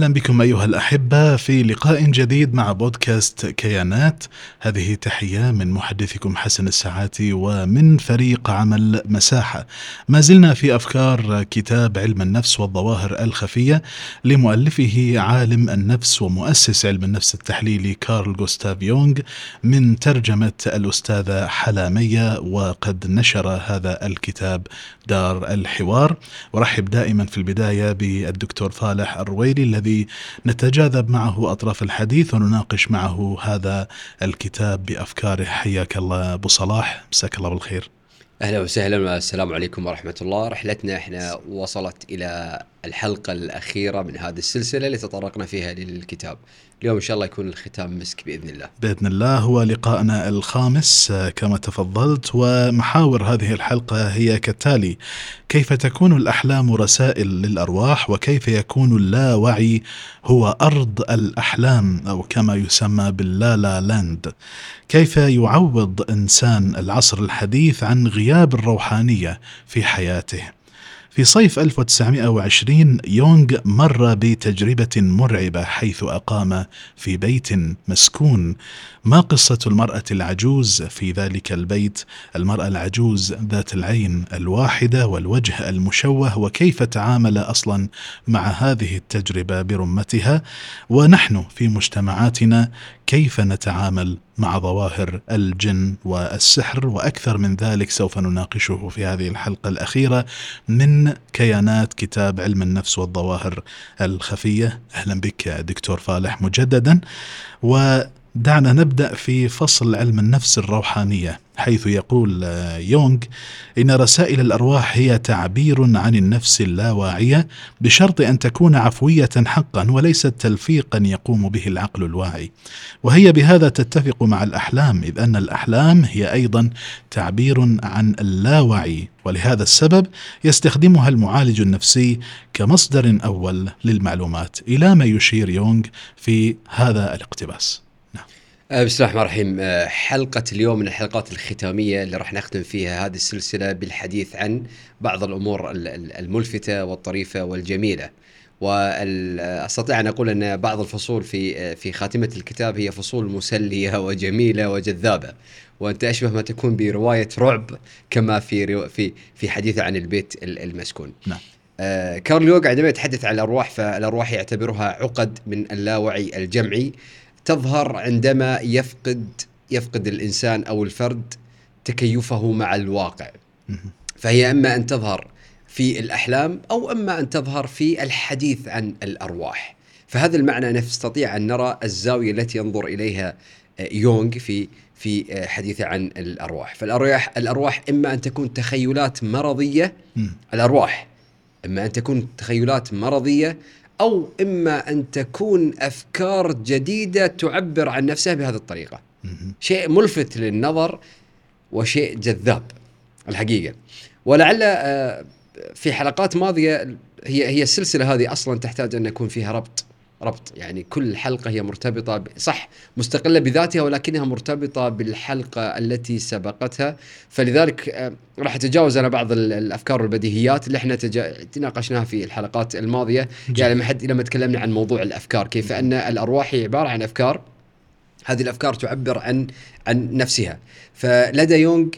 أهلا بكم أيها الأحبة في لقاء جديد مع بودكاست كيانات. هذه تحية من محدثكم حسن الساعاتي ومن فريق عمل مساحة. ما زلنا في أفكار كتاب علم النفس والظواهر الخفية لمؤلفه عالم النفس ومؤسس علم النفس التحليلي كارل غوستاف يونغ من ترجمة الأستاذة حلامية، وقد نشر هذا الكتاب دار الحوار. ورحب دائما في البداية بالدكتور صالح الرويلي الذي نتجاذب معه أطراف الحديث ونناقش معه هذا الكتاب بأفكاره. حياك الله أبو صلاح، مساك الله بالخير. أهلا وسهلا، السلام عليكم ورحمة الله. رحلتنا احنا وصلت إلى الحلقة الأخيرة من هذه السلسلة اللي تطرقنا فيها للكتاب. اليوم إن شاء الله يكون الختام مسك بإذن الله. بإذن الله هو لقاءنا الخامس كما تفضلت، ومحاور هذه الحلقة هي كالتالي: كيف تكون الأحلام رسائل للأرواح، وكيف يكون اللاوعي هو أرض الأحلام أو كما يسمى باللا لاند. كيف يعوض إنسان العصر الحديث عن غياب الروحانية في حياته. في صيف 1920 يونغ مر بتجربة مرعبة حيث أقام في بيت مسكون. ما قصة المرأة العجوز في ذلك البيت؟ المرأة العجوز ذات العين الواحدة والوجه المشوه، وكيف تعامل أصلا مع هذه التجربة برمتها؟ ونحن في مجتمعاتنا كيف نتعامل مع ظواهر الجن والسحر؟ وأكثر من ذلك سوف نناقشه في هذه الحلقة الأخيرة من كيانات كتاب علم النفس والظواهر الخفية. أهلا بك دكتور صالح مجددا. ودعنا نبدأ في فصل علم النفس الروحانية، حيث يقول يونغ إن رسائل الأرواح هي تعبير عن النفس اللاواعية بشرط أن تكون عفوية حقا وليست تلفيقا يقوم به العقل الواعي. وهي بهذا تتفق مع الأحلام، إذ أن الأحلام هي أيضا تعبير عن اللاوعي، ولهذا السبب يستخدمها المعالج النفسي كمصدر أول للمعلومات. إلى ما يشير يونغ في هذا الاقتباس؟ بسم الله الرحمن الرحيم. حلقة اليوم من الحلقات الختامية اللي راح نختم فيها هذه السلسلة بالحديث عن بعض الأمور الملفتة والطريفة والجميلة. وأستطيع أن أقول أن بعض الفصول في خاتمة الكتاب هي فصول مسلية وجميلة وجذابة، وأنت أشبه ما تكون برواية رعب كما في حديث عن البيت المسكون. نعم. كارل يونغ عندما يتحدث عن الأرواح، فالأرواح يعتبرها عقد من اللاوعي الجمعي تظهر عندما يفقد الإنسان أو الفرد تكيفه مع الواقع. فهي إما أن تظهر في الأحلام أو إما أن تظهر في الحديث عن الأرواح. فهذا المعنى نستطيع أن نرى الزاوية التي ينظر إليها يونغ في حديثه عن الأرواح. فالأرواح إما أن تكون تخيلات مرضية، الأرواح إما أن تكون تخيلات مرضية أو إما أن تكون أفكار جديدة تعبر عن نفسها بهذه الطريقة. شيء ملفت للنظر وشيء جذاب الحقيقة. ولعل في حلقات ماضية هي السلسلة هذه أصلا تحتاج أن يكون فيها ربط، يعني كل حلقة هي مرتبطة صح مستقلة بذاتها، ولكنها مرتبطة بالحلقة التي سبقتها. فلذلك راح أتجاوز أنا بعض الأفكار والبديهيات اللي احنا تناقشناها في الحلقات الماضية. يعني لما تكلمنا عن موضوع الأفكار، كيف أن الأرواح عبارة عن أفكار، هذه الأفكار تعبر عن نفسها. فلدى يونغ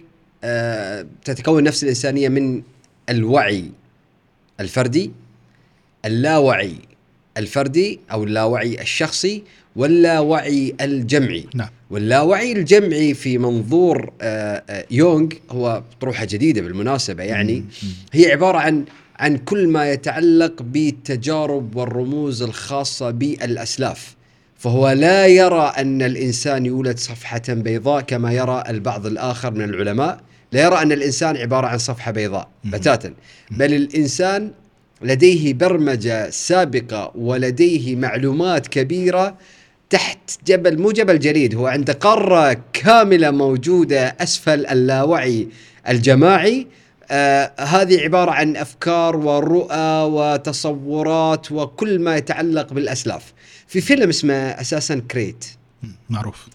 تتكون النفس الإنسانية من الوعي الفردي، اللاوعي الفردي أو اللاوعي الشخصي، واللاوعي الجمعي. نعم. واللاوعي الجمعي في منظور يونغ هو طروحة جديدة بالمناسبة، يعني هي عبارة عن كل ما يتعلق بالتجارب والرموز الخاصة بالأسلاف. فهو لا يرى أن الإنسان يولد صفحة بيضاء كما يرى البعض الآخر من العلماء، لا يرى أن الإنسان عبارة عن صفحة بيضاء بتاتا، بل الإنسان لديه برمجة سابقة ولديه معلومات كبيرة تحت جبل، مو جبل جليد، هو عند قارة كاملة موجودة أسفل اللاوعي الجماعي. هذه عبارة عن أفكار ورؤى وتصورات وكل ما يتعلق بالأسلاف. في فيلم اسمه أساسا كريت، معروف،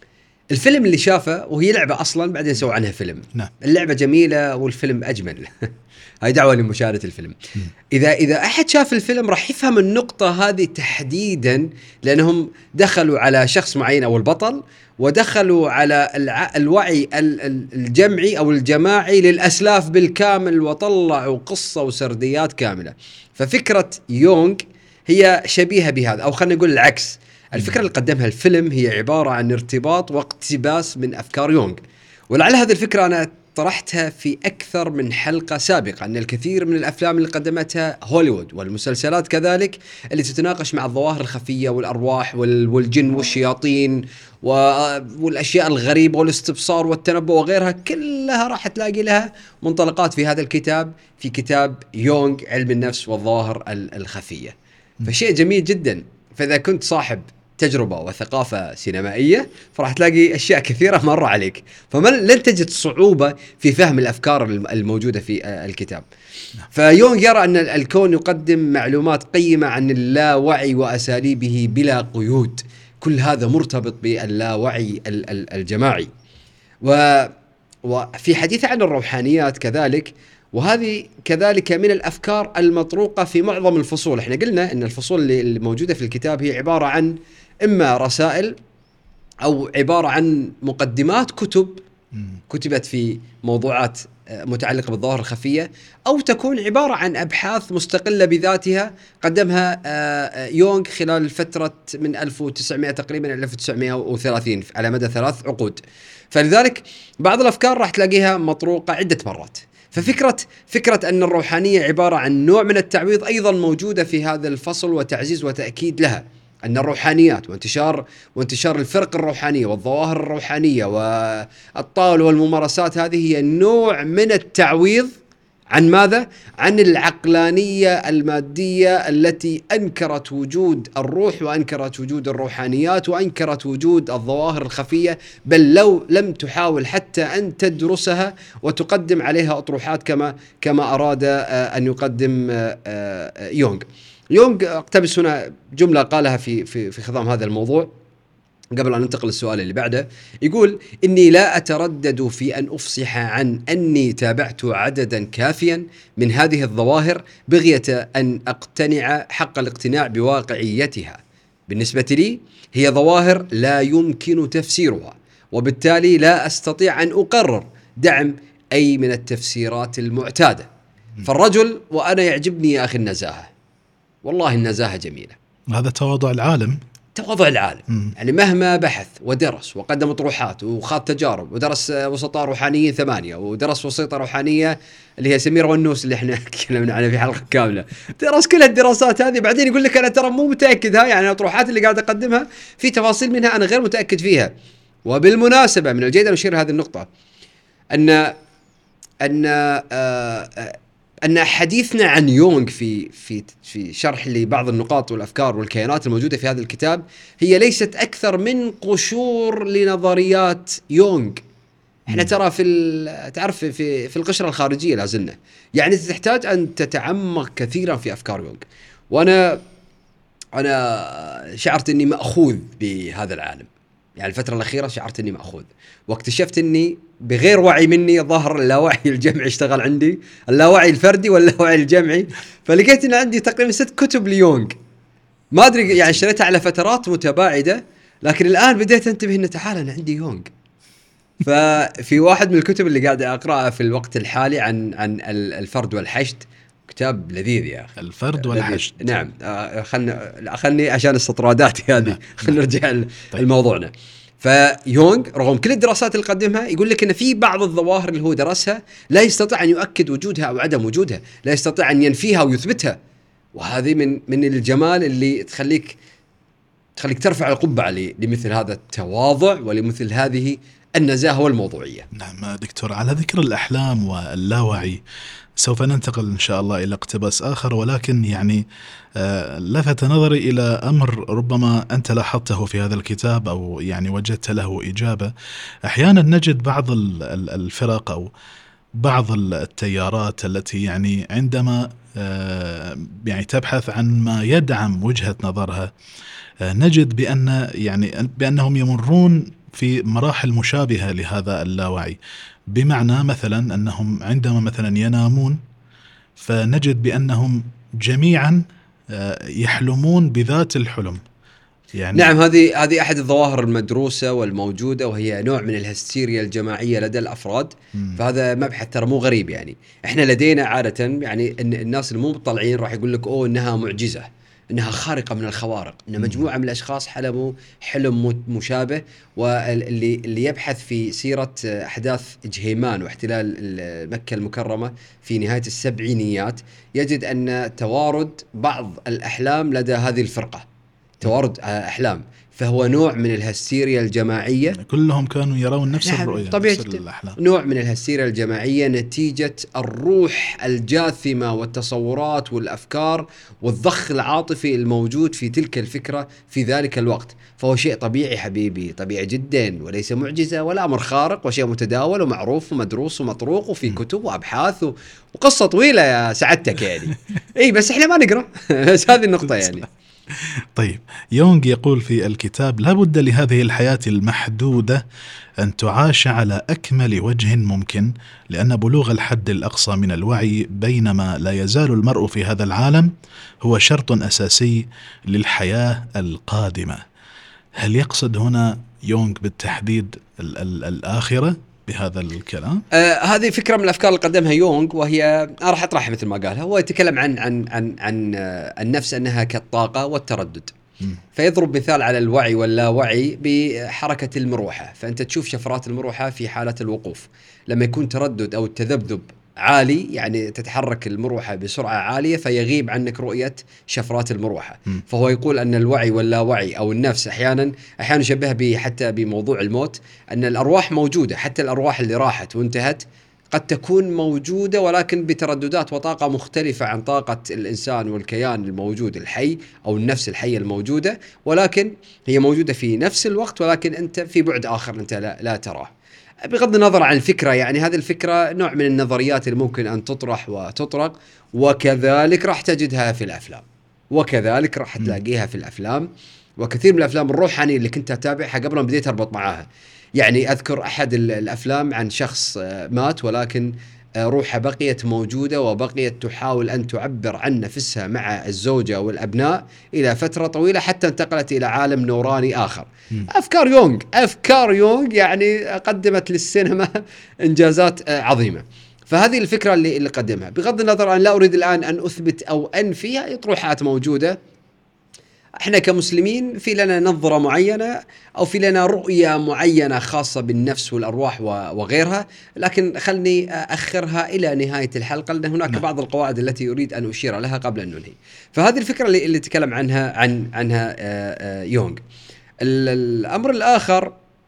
الفيلم اللي شافه وهي لعبة أصلا بعدين سووا عنها فيلم. نعم. اللعبة جميلة والفيلم أجمل. هاي دعوة لمشاهدة الفيلم. إذا أحد شاف الفيلم راح يفهم النقطة هذه تحديدا، لأنهم دخلوا على شخص معين أو البطل، ودخلوا على الوعي الجمعي أو الجماعي للأسلاف بالكامل، وطلعوا قصة وسرديات كاملة. ففكرة يونغ هي شبيهة بهذا، أو خلينا نقول العكس. الفكرة اللي قدمها الفيلم هي عبارة عن ارتباط واقتباس من أفكار يونغ. ولعل هذه الفكرة أنا طرحتها في أكثر من حلقة سابقة، أن الكثير من الأفلام اللي قدمتها هوليوود والمسلسلات كذلك اللي تتناقش مع الظواهر الخفية والأرواح والجن والشياطين والأشياء الغريبة والاستبصار والتنبؤ وغيرها، كلها راح تلاقي لها منطلقات في هذا الكتاب، في كتاب يونغ علم النفس والظواهر الخفية. فشيء جميل جدا. فإذا كنت صاحب تجربة وثقافة سينمائية فراح تلاقي أشياء كثيرة مرة عليك، لن تجد صعوبة في فهم الأفكار الموجودة في الكتاب. فيونغ يرى أن الكون يقدم معلومات قيمة عن اللاوعي وأساليبه بلا قيود. كل هذا مرتبط باللاوعي الجماعي. وفي حديث عن الروحانيات كذلك، وهذه كذلك من الأفكار المطروقة في معظم الفصول. احنا قلنا أن الفصول اللي موجودة في الكتاب هي عبارة عن إما رسائل أو عبارة عن مقدمات كتب كتبت في موضوعات متعلقة بالظواهر الخفية، أو تكون عبارة عن أبحاث مستقلة بذاتها قدمها يونغ خلال فترة من 1900 تقريبا إلى 1930 على مدى 3 عقود. فلذلك بعض الأفكار راح تلاقيها مطروقة عدة مرات. ففكرة أن الروحانية عبارة عن نوع من التعويض أيضا موجودة في هذا الفصل، وتعزيز وتأكيد لها أن الروحانيات وانتشار الفرق الروحانية والظواهر الروحانية والطاول والممارسات هذه هي نوع من التعويض عن ماذا؟ عن العقلانية المادية التي أنكرت وجود الروح وأنكرت وجود الروحانيات وأنكرت وجود الظواهر الخفية، بل لو لم تحاول حتى أن تدرسها وتقدم عليها أطروحات كما أراد أن يقدم يونغ. اقتبس هنا جملة قالها في خضام هذا الموضوع قبل أن ننتقل للسؤال اللي بعده. يقول: إني لا أتردد في أن أفصح عن أني تابعت عددا كافيا من هذه الظواهر بغية أن أقتنع حق الاقتناع بواقعيتها. بالنسبة لي هي ظواهر لا يمكن تفسيرها، وبالتالي لا أستطيع أن أقرر دعم أي من التفسيرات المعتادة. فالرجل وأنا يعجبني يا أخي النزاهة، والله النزاهة جميلة. هذا تواضع العالم. يعني مهما بحث ودرس وقدم طروحات وخاض تجارب ودرس وسطاء روحانيين 8 ودرس وسيطة روحانية اللي هي سمير ونوس اللي احنا تكلمنا عنها في حلقة كاملة، درس كل الدراسات هذه، بعدين يقول لك أنا ترى مو متأكد، يعني الطروحات اللي قاعد أقدمها في تفاصيل منها أنا غير متأكد فيها. وبالمناسبة من الجيد أن أشير هذه النقطة أن حديثنا عن يونغ في شرح لبعض النقاط والأفكار والكيانات الموجودة في هذا الكتاب هي ليست أكثر من قشور لنظريات يونغ. احنا ترى تعرف في القشرة الخارجية لازلنا، يعني تحتاج أن تتعمق كثيرا في أفكار يونغ. وأنا شعرت أني مأخوذ بهذا العالم، يعني الفترة الأخيرة شعرت أني مأخوذ، واكتشفت أني بغير وعي مني ظهر اللاوعي الجمعي اشتغل عندي، اللاوعي الفردي واللاوعي الجمعي. فلقيت أن عندي تقريبا 6 كتب ليونغ، ما أدري يعني اشتريتها على فترات متباعدة، لكن الآن بديت أنتبه أن تعال أنا عندي يونغ. ففي واحد من الكتب اللي قاعد أقرأها في الوقت الحالي عن الفرد والحشد، كتاب لذيذ يا أخي، الفرد والحشد. نعم. خلني عشان استطراداتي هذه خلينا نرجع لموضوعنا. فيونغ رغم كل الدراسات اللي قدمها يقول لك إن في بعض الظواهر اللي هو درسها لا يستطيع أن يؤكد وجودها أو عدم وجودها، لا يستطيع أن ينفيها ويثبتها. وهذه من الجمال اللي تخليك ترفع القبعة لمثل هذا التواضع ولمثل هذه النزاهة والموضوعية. نعم دكتور، على ذكر الأحلام واللاوعي سوف ننتقل إن شاء الله إلى اقتباس آخر، ولكن يعني لفت نظري إلى أمر ربما أنت لاحظته في هذا الكتاب أو يعني وجدت له إجابة. أحيانا نجد بعض الفرق أو بعض التيارات التي يعني عندما يعني تبحث عن ما يدعم وجهة نظرها، نجد بأنهم يمرون في مراحل مشابهة لهذا اللاوعي، بمعنى مثلا أنهم عندما مثلا ينامون فنجد بأنهم جميعا يحلمون بذات الحلم. يعني نعم، هذه أحد الظواهر المدروسة والموجودة، وهي نوع من الهستيريا الجماعية لدى الأفراد. فهذا مبحث ترى مو غريب، يعني إحنا لدينا عادة يعني إن الناس اللي مو مطلعين راح يقول لك إنها معجزة، إنها خارقة من الخوارق، إن مجموعة من الأشخاص حلموا حلم مشابه. واللي يبحث في سيرة أحداث جهيمان واحتلال مكة المكرمة في نهاية السبعينيات يجد أن توارد بعض الأحلام لدى هذه الفرقة، توارد أحلام، فهو نوع من الهستيريا الجماعية. كلهم كانوا يرون نفس الرؤية، طبيعي، نوع من الهستيريا الجماعية نتيجة الروح الجاثمة والتصورات والأفكار والضخ العاطفي الموجود في تلك الفكرة في ذلك الوقت. فهو شيء طبيعي حبيبي، طبيعي جدا، وليس معجزة ولا أمر خارق، وشيء متداول ومعروف ومدروس ومطروق وفي كتب وأبحاث وقصة طويلة يا سعادتك يعني. إيه بس إحنا ما نقرأ بس هذه النقطة يعني. طيب، يونغ يقول في الكتاب: لا بد لهذه الحياة المحدودة أن تعاش على أكمل وجه ممكن، لأن بلوغ الحد الأقصى من الوعي بينما لا يزال المرء في هذا العالم هو شرط أساسي للحياة القادمة. هل يقصد هنا يونغ بالتحديد الآخرة بهذا الكلام؟ هذه فكرة من الأفكار اللي قدمها يونغ، وهي راح أطرحها مثل ما قالها. هو يتكلم عن النفس أنها كالطاقة والتردد. فيضرب مثال على الوعي واللاوعي بحركة المروحة. فأنت تشوف شفرات المروحة في حالة الوقوف، لما يكون تردد أو التذبذب عالي، يعني تتحرك المروحة بسرعة عالية، فيغيب عنك رؤية شفرات المروحة. فهو يقول أن الوعي واللاوعي أو النفس أحيانا يشبه به حتى بموضوع الموت، أن الأرواح موجودة، حتى الأرواح اللي راحت وانتهت قد تكون موجودة ولكن بترددات وطاقة مختلفة عن طاقة الإنسان والكيان الموجود الحي أو النفس الحية الموجودة، ولكن هي موجودة في نفس الوقت، ولكن أنت في بعد آخر أنت لا تراه. بغض النظر عن الفكرة، يعني هذه الفكرة نوع من النظريات اللي ممكن أن تطرح وتطرق، وكذلك راح تجدها في الأفلام، وكذلك راح تلاقيها في الأفلام. وكثير من الأفلام الروحانية اللي كنت أتابعها قبل ما بديت أربط معاها، يعني أذكر أحد الأفلام عن شخص مات ولكن روحها بقيت موجودة وبقيت تحاول أن تعبر عن نفسها مع الزوجة والأبناء إلى فترة طويلة حتى انتقلت إلى عالم نوراني آخر. أفكار يونغ يعني قدمت للسينما إنجازات عظيمة. فهذه الفكرة اللي قدمها، بغض النظر أن لا أريد الآن أن أثبت أو أنفي، طروحات موجودة. احنا كمسلمين في لنا نظرة معينة أو في لنا رؤية معينة خاصة بالنفس والأرواح وغيرها، لكن خلني أخرها إلى نهاية الحلقة، لأن هناك بعض القواعد التي أريد أن أشير لها قبل أن ننهي. فهذه الفكرة اللي تكلم عنها يونغ. الأمر الآخر،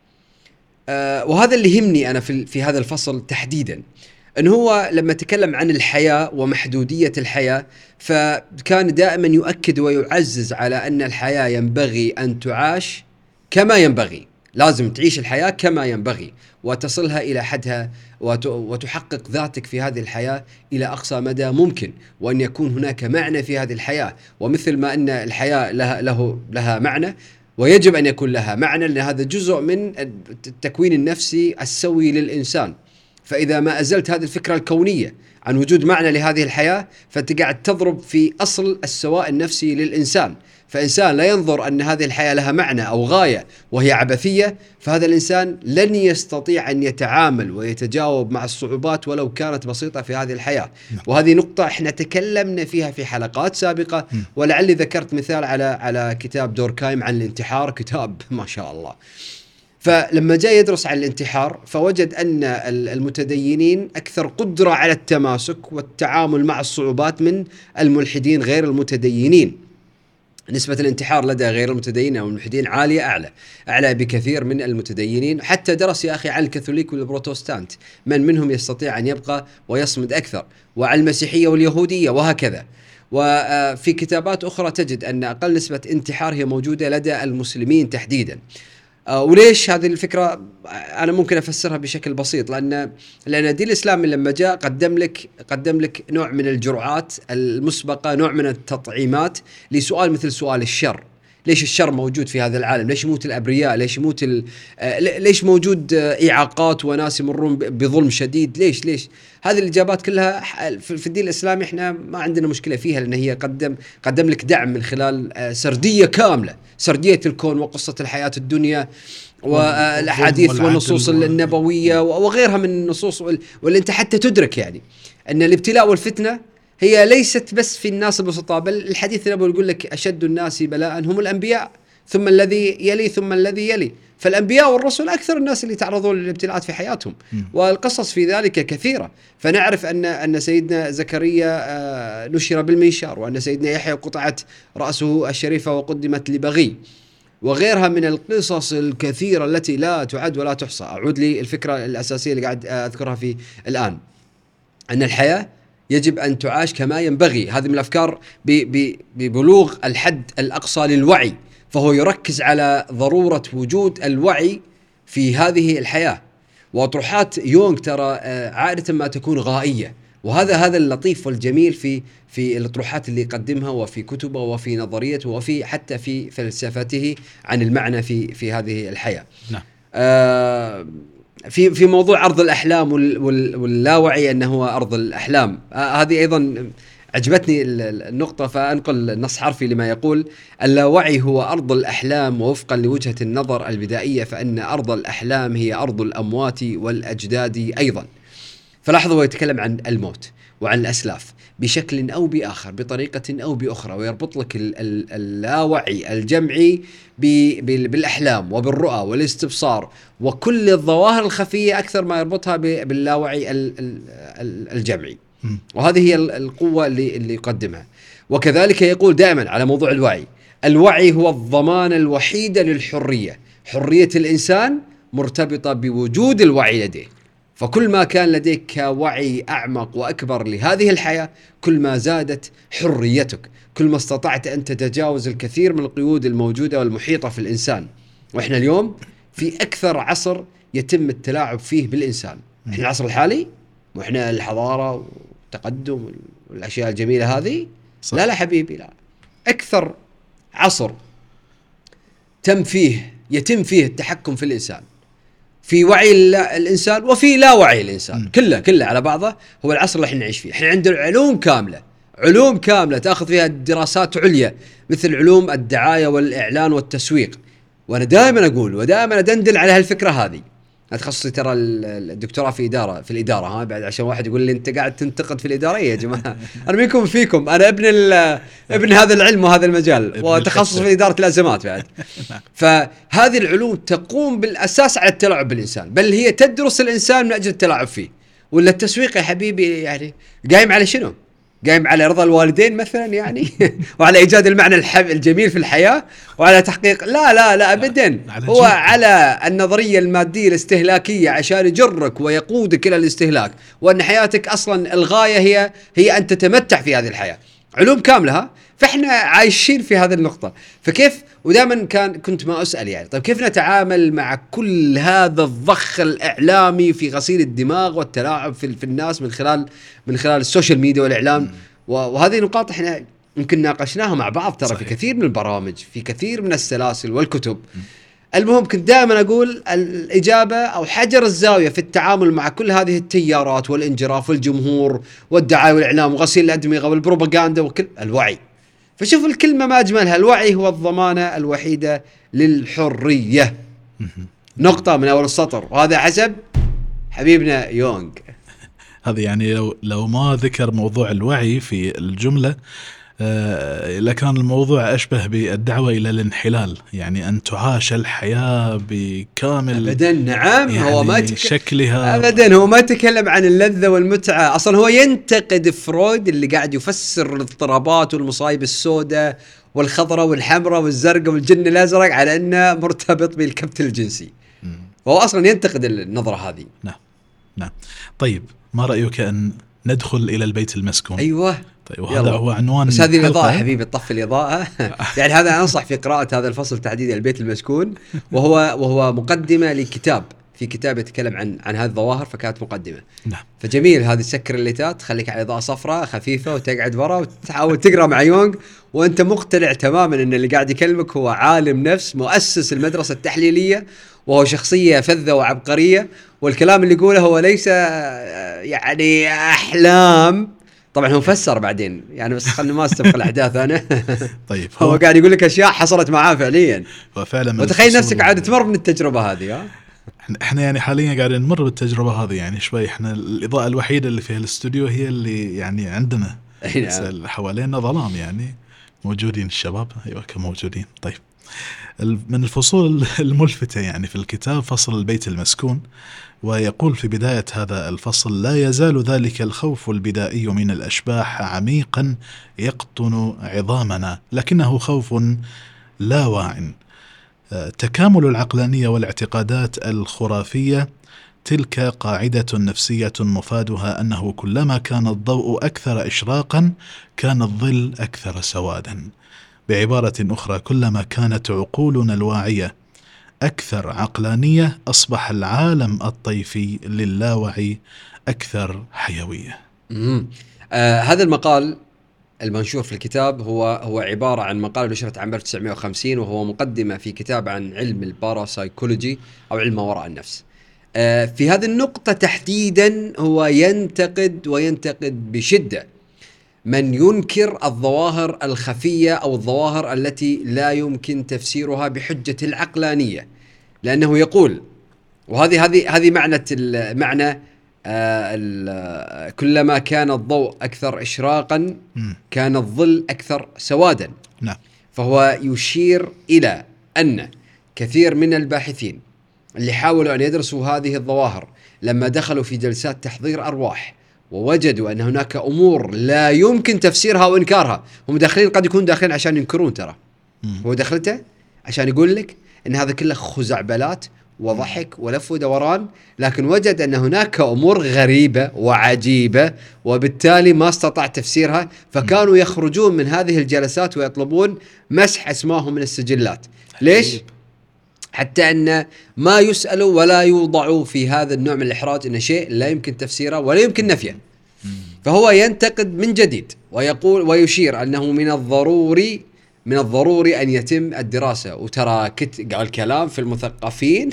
وهذا اللي يهمني أنا في هذا الفصل تحديدا، أنه هو لما تكلم عن الحياة ومحدودية الحياة، فكان دائما يؤكد ويعزز على أن الحياة ينبغي أن تعاش كما ينبغي، لازم تعيش الحياة كما ينبغي وتصلها إلى حدها وتحقق ذاتك في هذه الحياة إلى أقصى مدى ممكن، وأن يكون هناك معنى في هذه الحياة. ومثل ما أن الحياة لها معنى، ويجب أن يكون لها معنى، لأن هذا جزء من التكوين النفسي السوي للإنسان. فإذا ما أزلت هذه الفكرة الكونية عن وجود معنى لهذه الحياة، فأنت قاعد تضرب في أصل السواء النفسي للإنسان. فإنسان لا ينظر أن هذه الحياة لها معنى أو غاية وهي عبثية، فهذا الإنسان لن يستطيع أن يتعامل ويتجاوب مع الصعوبات ولو كانت بسيطة في هذه الحياة. وهذه نقطة احنا تكلمنا فيها في حلقات سابقة، ولعلي ذكرت مثال على كتاب دوركايم عن الانتحار، كتاب ما شاء الله. فلما جاء يدرس عن الانتحار فوجد أن المتدينين أكثر قدرة على التماسك والتعامل مع الصعوبات من الملحدين غير المتدينين. نسبة الانتحار لدى غير المتدينين أو الملحدين عالية، أعلى بكثير من المتدينين. حتى درس يا أخي عن الكاثوليك والبروتستانت، من منهم يستطيع أن يبقى ويصمد أكثر، وعن المسيحية واليهودية وهكذا. وفي كتابات أخرى تجد أن أقل نسبة انتحار هي موجودة لدى المسلمين تحديدا. وليش هذه الفكرة؟ أنا ممكن أفسرها بشكل بسيط، لأن دين الإسلام لما جاء قدم لك نوع من الجرعات المسبقة، نوع من التطعيمات لسؤال مثل سؤال الشر. ليش الشر موجود في هذا العالم؟ ليش يموت الأبرياء؟ ليش يموت ليش موجود إعاقات وناس يمرون بظلم شديد؟ ليش هذه الإجابات كلها في الدين الإسلامي إحنا ما عندنا مشكلة فيها، لأن هي قدم لك دعم من خلال سردية كاملة، سردية الكون وقصة الحياة الدنيا والأحاديث والنصوص النبوية وغيرها من النصوص، واللي أنت حتى تدرك يعني أن الابتلاء والفتنة هي ليست بس في الناس البسطاء، بل الحديث النبوي يقول لك أشد الناس بلاء هم الأنبياء ثم الذي يلي ثم الذي يلي. فالأنبياء والرسل أكثر الناس اللي تعرضون للابتلاءات في حياتهم، والقصص في ذلك كثيرة. فنعرف أن سيدنا زكريا نشر بالمنشار، وأن سيدنا يحيى قطعت رأسه الشريفة وقدمت لبغي، وغيرها من القصص الكثيرة التي لا تعد ولا تحصى. أعود لي الفكرة الأساسية اللي قاعد أذكرها في الآن، أن الحياة يجب أن تعاش كما ينبغي. هذه من الأفكار ببلوغ الحد الأقصى للوعي، فهو يركز على ضرورة وجود الوعي في هذه الحياة. وأطروحات يونغ ترى عادة ما تكون غائية، وهذا اللطيف والجميل في الأطروحات اللي يقدمها وفي كتبه وفي نظريته وفي حتى في فلسفته عن المعنى في هذه الحياة. نعم. في موضوع أرض الأحلام واللاوعي أنه هو أرض الأحلام، هذه أيضا عجبتني النقطة، فأنقل نص حرفي لما يقول: اللاوعي هو أرض الأحلام، ووفقا لوجهة النظر البدائية فإن أرض الأحلام هي أرض الأموات والأجداد أيضا. فلاحظوا، هو يتكلم عن الموت وعن الأسلاف بشكل أو بآخر، بطريقة أو بأخرى، ويربط لك اللاوعي الجمعي بالأحلام وبالرؤى والاستبصار وكل الظواهر الخفية أكثر ما يربطها باللاوعي الجمعي. وهذه هي القوة اللي يقدمها. وكذلك يقول دائما على موضوع الوعي هو الضمانة الوحيدة للحرية. حرية الإنسان مرتبطة بوجود الوعي لديه، فكل ما كان لديك وعي أعمق وأكبر لهذه الحياة كل ما زادت حريتك، كل ما استطعت أن تتجاوز الكثير من القيود الموجودة والمحيطة في الإنسان. وإحنا اليوم في أكثر عصر يتم التلاعب فيه بالإنسان. إحنا العصر الحالي وإحنا الحضارة والتقدم والأشياء الجميلة هذه صح. لا حبيبي، لا، أكثر عصر يتم فيه التحكم في الإنسان، في وعي الإنسان وفي لا وعي الإنسان، كله على بعضه، هو العصر اللي احنا نعيش فيه. احنا عندنا علوم كاملة تأخذ فيها دراسات عليا، مثل علوم الدعاية والإعلان والتسويق. وأنا دائما أقول ودائما أدندن على هالفكرة هذه. أتخصصي ترى الدكتوراه في الإدارة، ها بعد عشان واحد يقول لي أنت قاعد تنتقد في الإدارة. يا جماعة أنا منكم فيكم، أنا ابن هذا العلم وهذا المجال، وتخصص في إدارة الأزمات بعد. فهذه العلوم تقوم بالأساس على التلاعب بالإنسان، بل هي تدرس الإنسان من أجل التلاعب فيه. ولا التسويق يا حبيبي يعني قايم على شنو؟ قايم على رضا الوالدين مثلا يعني وعلى إيجاد المعنى الجميل في الحياة، وعلى تحقيق لا أبدا، هو على النظرية المادية الاستهلاكية عشان يجرك ويقودك إلى الاستهلاك، وأن حياتك أصلا الغاية هي أن تتمتع في هذه الحياة. علوم كاملة، فإحنا عايشين في هذه النقطة. فكيف، ودائما كنت ما أسأل يعني طيب كيف نتعامل مع كل هذا الضخ الإعلامي في غسيل الدماغ والتلاعب في الناس من خلال السوشيال ميديا والإعلام. وهذه نقاط إحنا يمكن ناقشناها مع بعض ترى صحيح. في كثير من البرامج، في كثير من السلاسل والكتب. المهم كنت دائما أقول الإجابة أو حجر الزاوية في التعامل مع كل هذه التيارات والانجراف والجمهور والدعاية والإعلام وغسيل الأدمغة والبروباغندا وكل الوعي. فشوف الكلمة ما أجملها، الوعي هو الضمانة الوحيدة للحرية. نقطة من أول السطر، وهذا حسب حبيبنا يونغ. هذا يعني لو ما ذكر موضوع الوعي في الجملة لكان الموضوع أشبه بالدعوة إلى الانحلال، يعني أن تعاش الحياة بكامل أبدا. نعم يعني هو ما شكلها أبدا، هو ما تكلم عن اللذة والمتعة أصلا. هو ينتقد فرويد اللي قاعد يفسر الاضطرابات والمصايب السوداء والخضراء والحمراء والزرقاء والجن الأزرق على أنه مرتبط بالكبت الجنسي. وهو أصلا ينتقد النظرة هذه. نعم. طيب ما رأيك أن ندخل إلى البيت المسكون؟ أيوة. طيب وهذا هو عنوان، بس هذه الإضاءة حبيبي، طفي الإضاءة. يعني هذا أنصح في قراءة هذا الفصل تحديدا البيت المسكون، وهو مقدمة لكتاب في كتاب يتكلم عن هذه الظواهر، فكانت مقدمة. نعم. فجميل هذه تسكر الليتات، خليك على إضاءة صفراء خفيفة وتقعد ورا وتحاول تقرأ مع يونغ وأنت مقتنع تماما أن اللي قاعد يكلمك هو عالم نفس مؤسس المدرسة التحليلية، وهو شخصية فذة وعبقرية، والكلام اللي يقوله هو ليس يعني أحلام. طبعا هو فسر بعدين يعني، بس خلنا ما استبق الأحداث أنا. طيب هو قاعد يقول لك أشياء حصلت معاه فعليا، وفعلا وتخيل نفسك قاعد تمر من التجربة هذه. احنا يعني حاليا قاعدين نمر بالتجربة هذه يعني شوي. احنا الإضاءة الوحيدة اللي في الاستوديو هي اللي يعني عندنا، بس حوالينا ظلام يعني. موجودين الشباب، ايوه موجودين. طيب من الفصول الملفتة يعني في الكتاب فصل البيت المسكون، ويقول في بداية هذا الفصل: لا يزال ذلك الخوف البدائي من الأشباح عميقا يقطن عظامنا، لكنه خوف لا واع. تكامل العقلانية والاعتقادات الخرافية تلك قاعدة نفسية مفادها أنه كلما كان الضوء أكثر إشراقا كان الظل أكثر سوادا. بعبارة أخرى، كلما كانت عقولنا الواعية أكثر عقلانية أصبح العالم الطيفي للاوعي أكثر حيوية. هذا المقال المنشور في الكتاب هو عبارة عن مقال نشرت عام 1950، وهو مقدمة في كتاب عن علم الباراسايكولوجي أو علم ما وراء النفس. في هذه النقطة تحديدا هو ينتقد بشدة من ينكر الظواهر الخفية أو الظواهر التي لا يمكن تفسيرها بحجة العقلانية، لأنه يقول، وهذه معنى كلما كان الضوء أكثر إشراقا كان الظل أكثر سوادا. نعم. فهو يشير إلى أن كثير من الباحثين اللي حاولوا أن يدرسوا هذه الظواهر لما دخلوا في جلسات تحضير أرواح ووجدوا أن هناك أمور لا يمكن تفسيرها وإنكارها، هم داخلين قد يكون داخلين عشان ينكرون، ترى هو دخلته عشان يقول لك أن هذا كله خزعبلات وضحك ولف ودوران، لكن وجد أن هناك أمور غريبة وعجيبة وبالتالي ما استطاع تفسيرها، فكانوا يخرجون من هذه الجلسات ويطلبون مسح اسمائهم من السجلات. ليش؟ حتى أن ما يسألوا ولا يوضعوا في هذا النوع من الإحراج أن شيء لا يمكن تفسيره ولا يمكن نفيه. فهو ينتقد من جديد ويقول ويشير أنه من الضروري أن يتم الدراسة. وترى قال كلام في المثقفين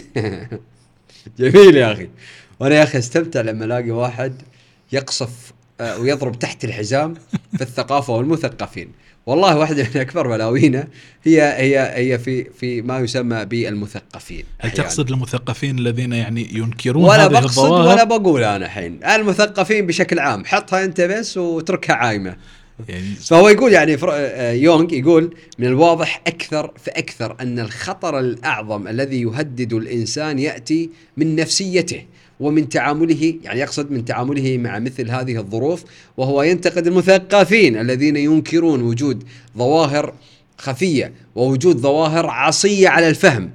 جميل يا أخي. وأنا يا أخي استمتع لما ألاقي واحد يقصف ويضرب تحت الحزام في الثقافة والمثقفين. والله واحدة من أكبر بلاوينا هي في ما يسمى بالمثقفين. هل تقصد المثقفين الذين يعني ينكرون ولا هذه بقصد الظواهر؟ ولا بقول أنا حين المثقفين بشكل عام، حطها أنت بس وتركها عايمة يعني. فهو يقول يعني يونغ يقول من الواضح أكثر أن الخطر الأعظم الذي يهدد الإنسان يأتي من نفسيته ومن تعامله، يعني يقصد من تعامله مع مثل هذه الظروف. وهو ينتقد المثقفين الذين ينكرون وجود ظواهر خفية ووجود ظواهر عصية على الفهم،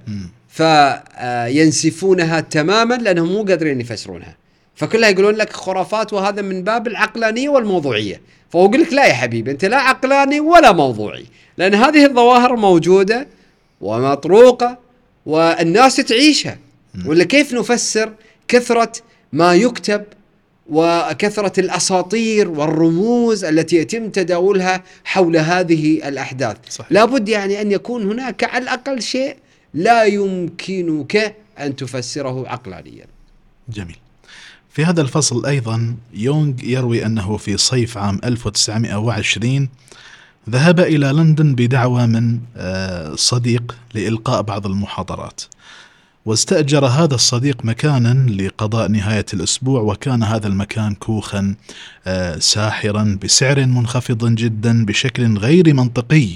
فينسفونها تماما لأنهم مو قادرين يفسرونها، فكلها يقولون لك خرافات، وهذا من باب العقلانية والموضوعية. فهو يقول لك لا يا حبيبي، أنت لا عقلاني ولا موضوعي، لأن هذه الظواهر موجودة ومطروقة والناس تعيشها. ولا كيف نفسر كثرة ما يكتب وكثرة الأساطير والرموز التي يتم تداولها حول هذه الأحداث؟ صحيح. لابد يعني أن يكون هناك على الأقل شيء لا يمكنك أن تفسره عقلانيا. جميل. في هذا الفصل أيضا يونغ يروي أنه في صيف عام 1920 ذهب إلى لندن بدعوة من صديق لإلقاء بعض المحاضرات، واستأجر هذا الصديق مكانا لقضاء نهاية الأسبوع، وكان هذا المكان كوخا ساحرا بسعر منخفض جدا بشكل غير منطقي،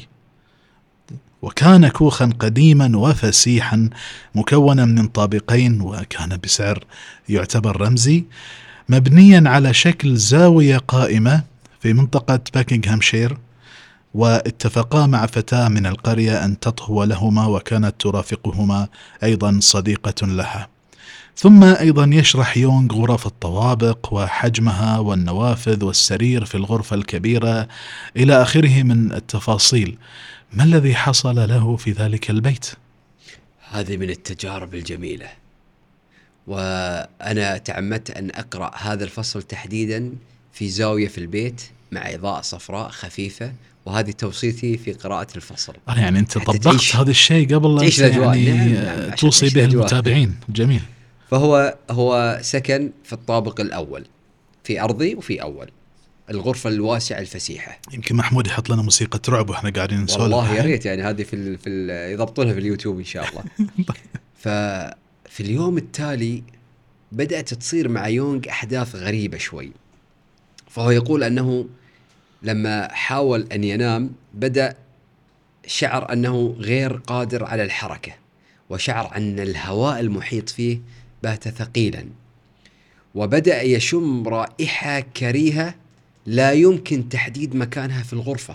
وكان كوخا قديما وفسيحا مكونا من طابقين، وكان بسعر يعتبر رمزي، مبنيا على شكل زاوية قائمة في منطقة باكنغهامشير. واتفقا مع فتاة من القرية أن تطهو لهما، وكانت ترافقهما أيضا صديقة لها. ثم أيضا يشرح يونغ غرف الطوابق وحجمها والنوافذ والسرير في الغرفة الكبيرة إلى آخره من التفاصيل. ما الذي حصل له في ذلك البيت؟ هذه من التجارب الجميلة، وأنا تعمدت أن أقرأ هذا الفصل تحديدا في زاوية في البيت مع إضاءة صفراء خفيفة، وهذه توصيتي في قراءة الفصل. يعني أنت طبقت هذا الشيء قبل تعيش الأجواء. نعم. توصي به المتابعين. جميل. فهو سكن في الطابق الأول، في أرضي وفي أول، الغرفة الواسعة الفسيحة. يمكن محمود يحط لنا موسيقى رعب واحنا قاعدين نسولف. والله يا ريت، يعني هذه في يضبطونها في اليوتيوب إن شاء الله. ففي اليوم التالي بدأت تصير مع يونغ أحداث غريبة شوي. فهو يقول أنه لما حاول أن ينام بدأ شعر أنه غير قادر على الحركة، وشعر أن الهواء المحيط فيه بات ثقيلا، وبدأ يشم رائحة كريهة لا يمكن تحديد مكانها في الغرفة،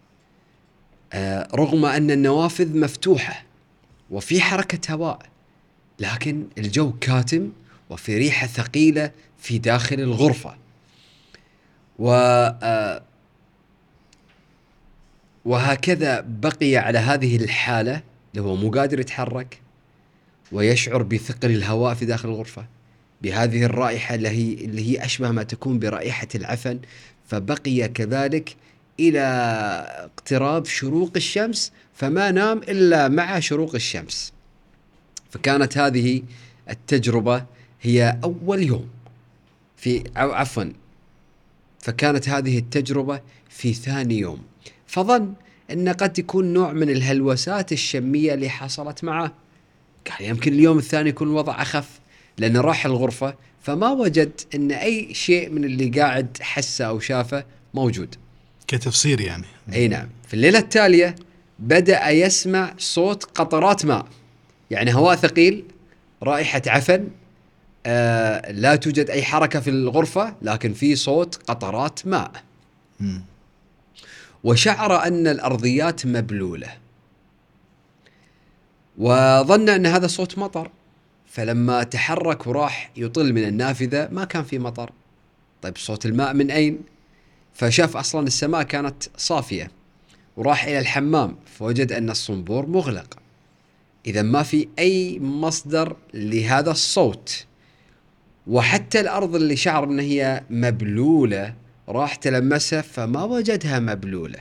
رغم أن النوافذ مفتوحة وفي حركة هواء، لكن الجو كاتم وفي ريحة ثقيلة في داخل الغرفة. وهكذا بقي على هذه الحالة، اللي هو مو قادر يتحرك ويشعر بثقل الهواء في داخل الغرفة بهذه الرائحة اللي هي أشبه ما تكون برائحة العفن. فبقي كذلك إلى اقتراب شروق الشمس، فما نام إلا مع شروق الشمس. فكانت هذه التجربة هي أول يوم فكانت هذه التجربة في ثاني يوم، فظن أن قد يكون نوع من الهلوسات الشمية اللي حصلت معه. قال يمكن اليوم الثاني يكون الوضع أخف، لأن راح الغرفة فما وجد أن أي شيء من اللي قاعد حسه أو شافه موجود كتفسير يعني. أي نعم. في الليلة التالية بدأ يسمع صوت قطرات ماء، يعني هواء ثقيل، رائحة عفن، لا توجد أي حركة في الغرفة، لكن في صوت قطرات ماء. وشعر أن الأرضيات مبلولة، وظن أن هذا صوت مطر. فلما تحرك وراح يطل من النافذة ما كان في مطر. طيب صوت الماء من أين؟ فشاف أصلا السماء كانت صافية، وراح إلى الحمام فوجد أن الصنبور مغلق. إذا ما في أي مصدر لهذا الصوت. وحتى الأرض اللي شعر أنها هي مبلولة راح تلمسها فما وجدها مبلولة.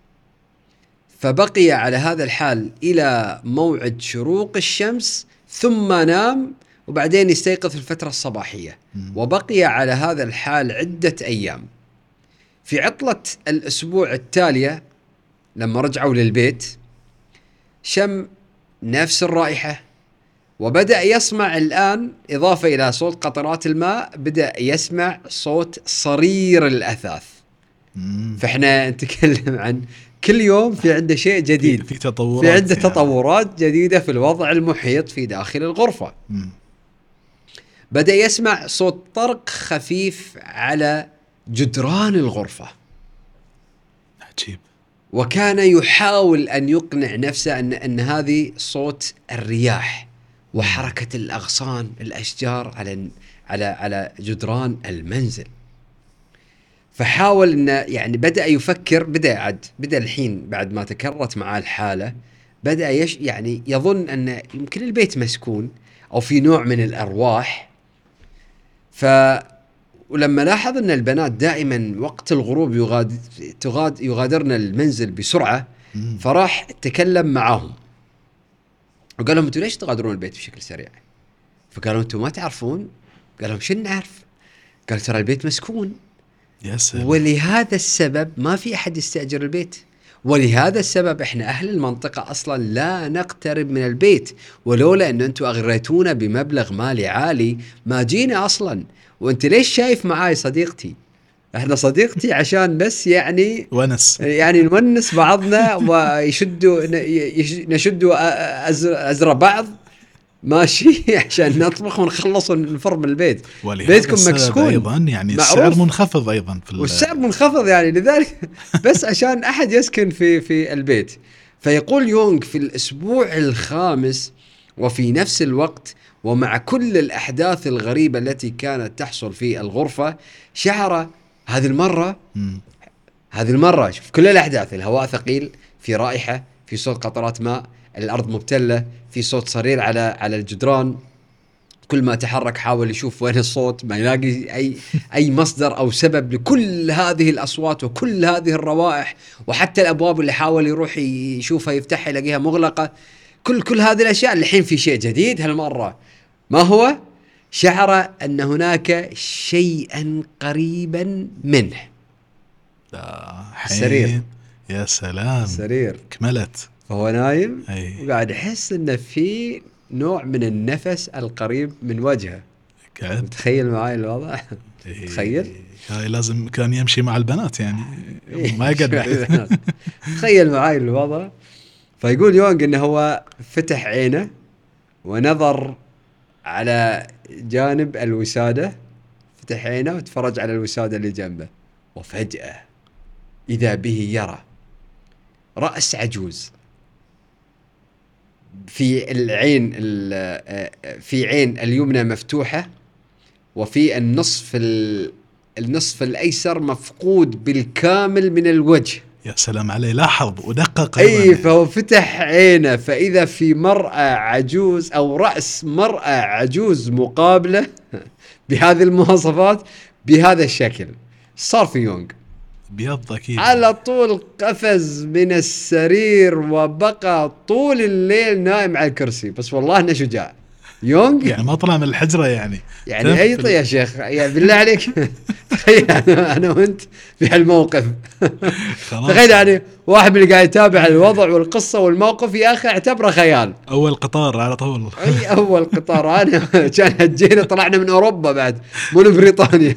فبقي على هذا الحال إلى موعد شروق الشمس، ثم نام، وبعدين يستيقظ في الفترة الصباحية. وبقي على هذا الحال عدة أيام. في عطلة الأسبوع التالية لما رجعوا للبيت شم نفس الرائحة، وبدأ يسمع الآن إضافة إلى صوت قطرات الماء بدأ يسمع صوت صرير الأثاث. فإحنا نتكلم عن كل يوم في عنده شيء جديد، في تطورات، في عنده تطورات جديدة في الوضع المحيط في داخل الغرفة. بدأ يسمع صوت طرق خفيف على جدران الغرفة. عجيب. وكان يحاول أن يقنع نفسه أن هذه صوت الرياح وحركة الأغصان الأشجار على جدران المنزل. فحاول أنه يعني بدأ يفكر، بدأ الحين بعد ما تكررت معاه الحالة بدأ يعني يظن أن يمكن البيت مسكون أو في نوع من الأرواح. ولما لاحظ أن البنات دائما وقت الغروب يغادرن المنزل بسرعة، فراح تكلم معهم وقال لهم أنتوا ليش تغادرون البيت بشكل سريع؟ فقالوا أنتوا ما تعرفون؟ قال لهم شن نعرف؟ قال ترى البيت مسكون، ولهذا السبب ما في أحد يستأجر البيت، ولهذا السبب إحنا أهل المنطقة أصلا لا نقترب من البيت، ولولا أن أنتوا أغريتونا بمبلغ مالي عالي ما جينا أصلا. وأنت ليش شايف معاي صديقتي؟ إحنا صديقتي عشان بس يعني نونس بعضنا نشدوا أزر بعض ماشي عشان نطبخ ونخلص ونفر من البيت. بيتكم مكسكون أيضا، يعني السعر منخفض أيضا والسعر منخفض يعني لذلك بس عشان أحد يسكن في البيت. فيقول يونغ في الأسبوع الخامس وفي نفس الوقت ومع كل الأحداث الغريبة التي كانت تحصل في الغرفة شعر هذه المرة شوف كل الأحداث، الهواء ثقيل، في رائحة، في صوت قطرات ماء، الأرض مبتلة، في صوت صرير على الجدران، كل ما تحرك حاول يشوف وين الصوت، ما يلاقي أي مصدر أو سبب لكل هذه الأصوات وكل هذه الروائح، وحتى الأبواب اللي حاول يروح يشوفها يفتحها يلاقيها مغلقة. كل هذه الأشياء. الحين في شيء جديد هالمرة، ما هو؟ شعر أن هناك شيئا قريبا منه. السرير. يا سلام. السرير كملت. فهو نايم أي. وقاعد يحس أنه في نوع من النفس القريب من وجهه. تخيل معاي الوضع. تخيل هاي لازم كان يمشي مع البنات يعني ما يقدر. تخيل معاي الوضع. فيقول يونغ انه هو فتح عينه ونظر على جانب الوسادة، فتح عينه وتفرج على الوسادة اللي جنبه، وفجأة إذا به يرى رأس عجوز في العين، في عين اليمنى مفتوحة، وفي النصف الأيسر مفقود بالكامل من الوجه. يا سلام عليه، لاحظ ودقق. أي، فهو فتح عينه فإذا في مرأة عجوز أو رأس مرأة عجوز مقابلة بهذه المواصفات بهذا الشكل. صار في يونغ بيض أكيد على طول قفز من السرير وبقى طول الليل نائم على الكرسي. بس والله انه شجاع يونغ، يعني ما طلع من الحجرة يعني اي يا شيخ، يعني بالله عليك. تخيل انا وانت في هالموقف. تخيل يعني واحد من اللي قاعد يتابع الوضع والقصة والموقف، يا اخي اعتبره خيال. اول قطار على طول. اي اول قطار. انا كان هجينا طلعنا من اوروبا بعد مو من بريطانيا.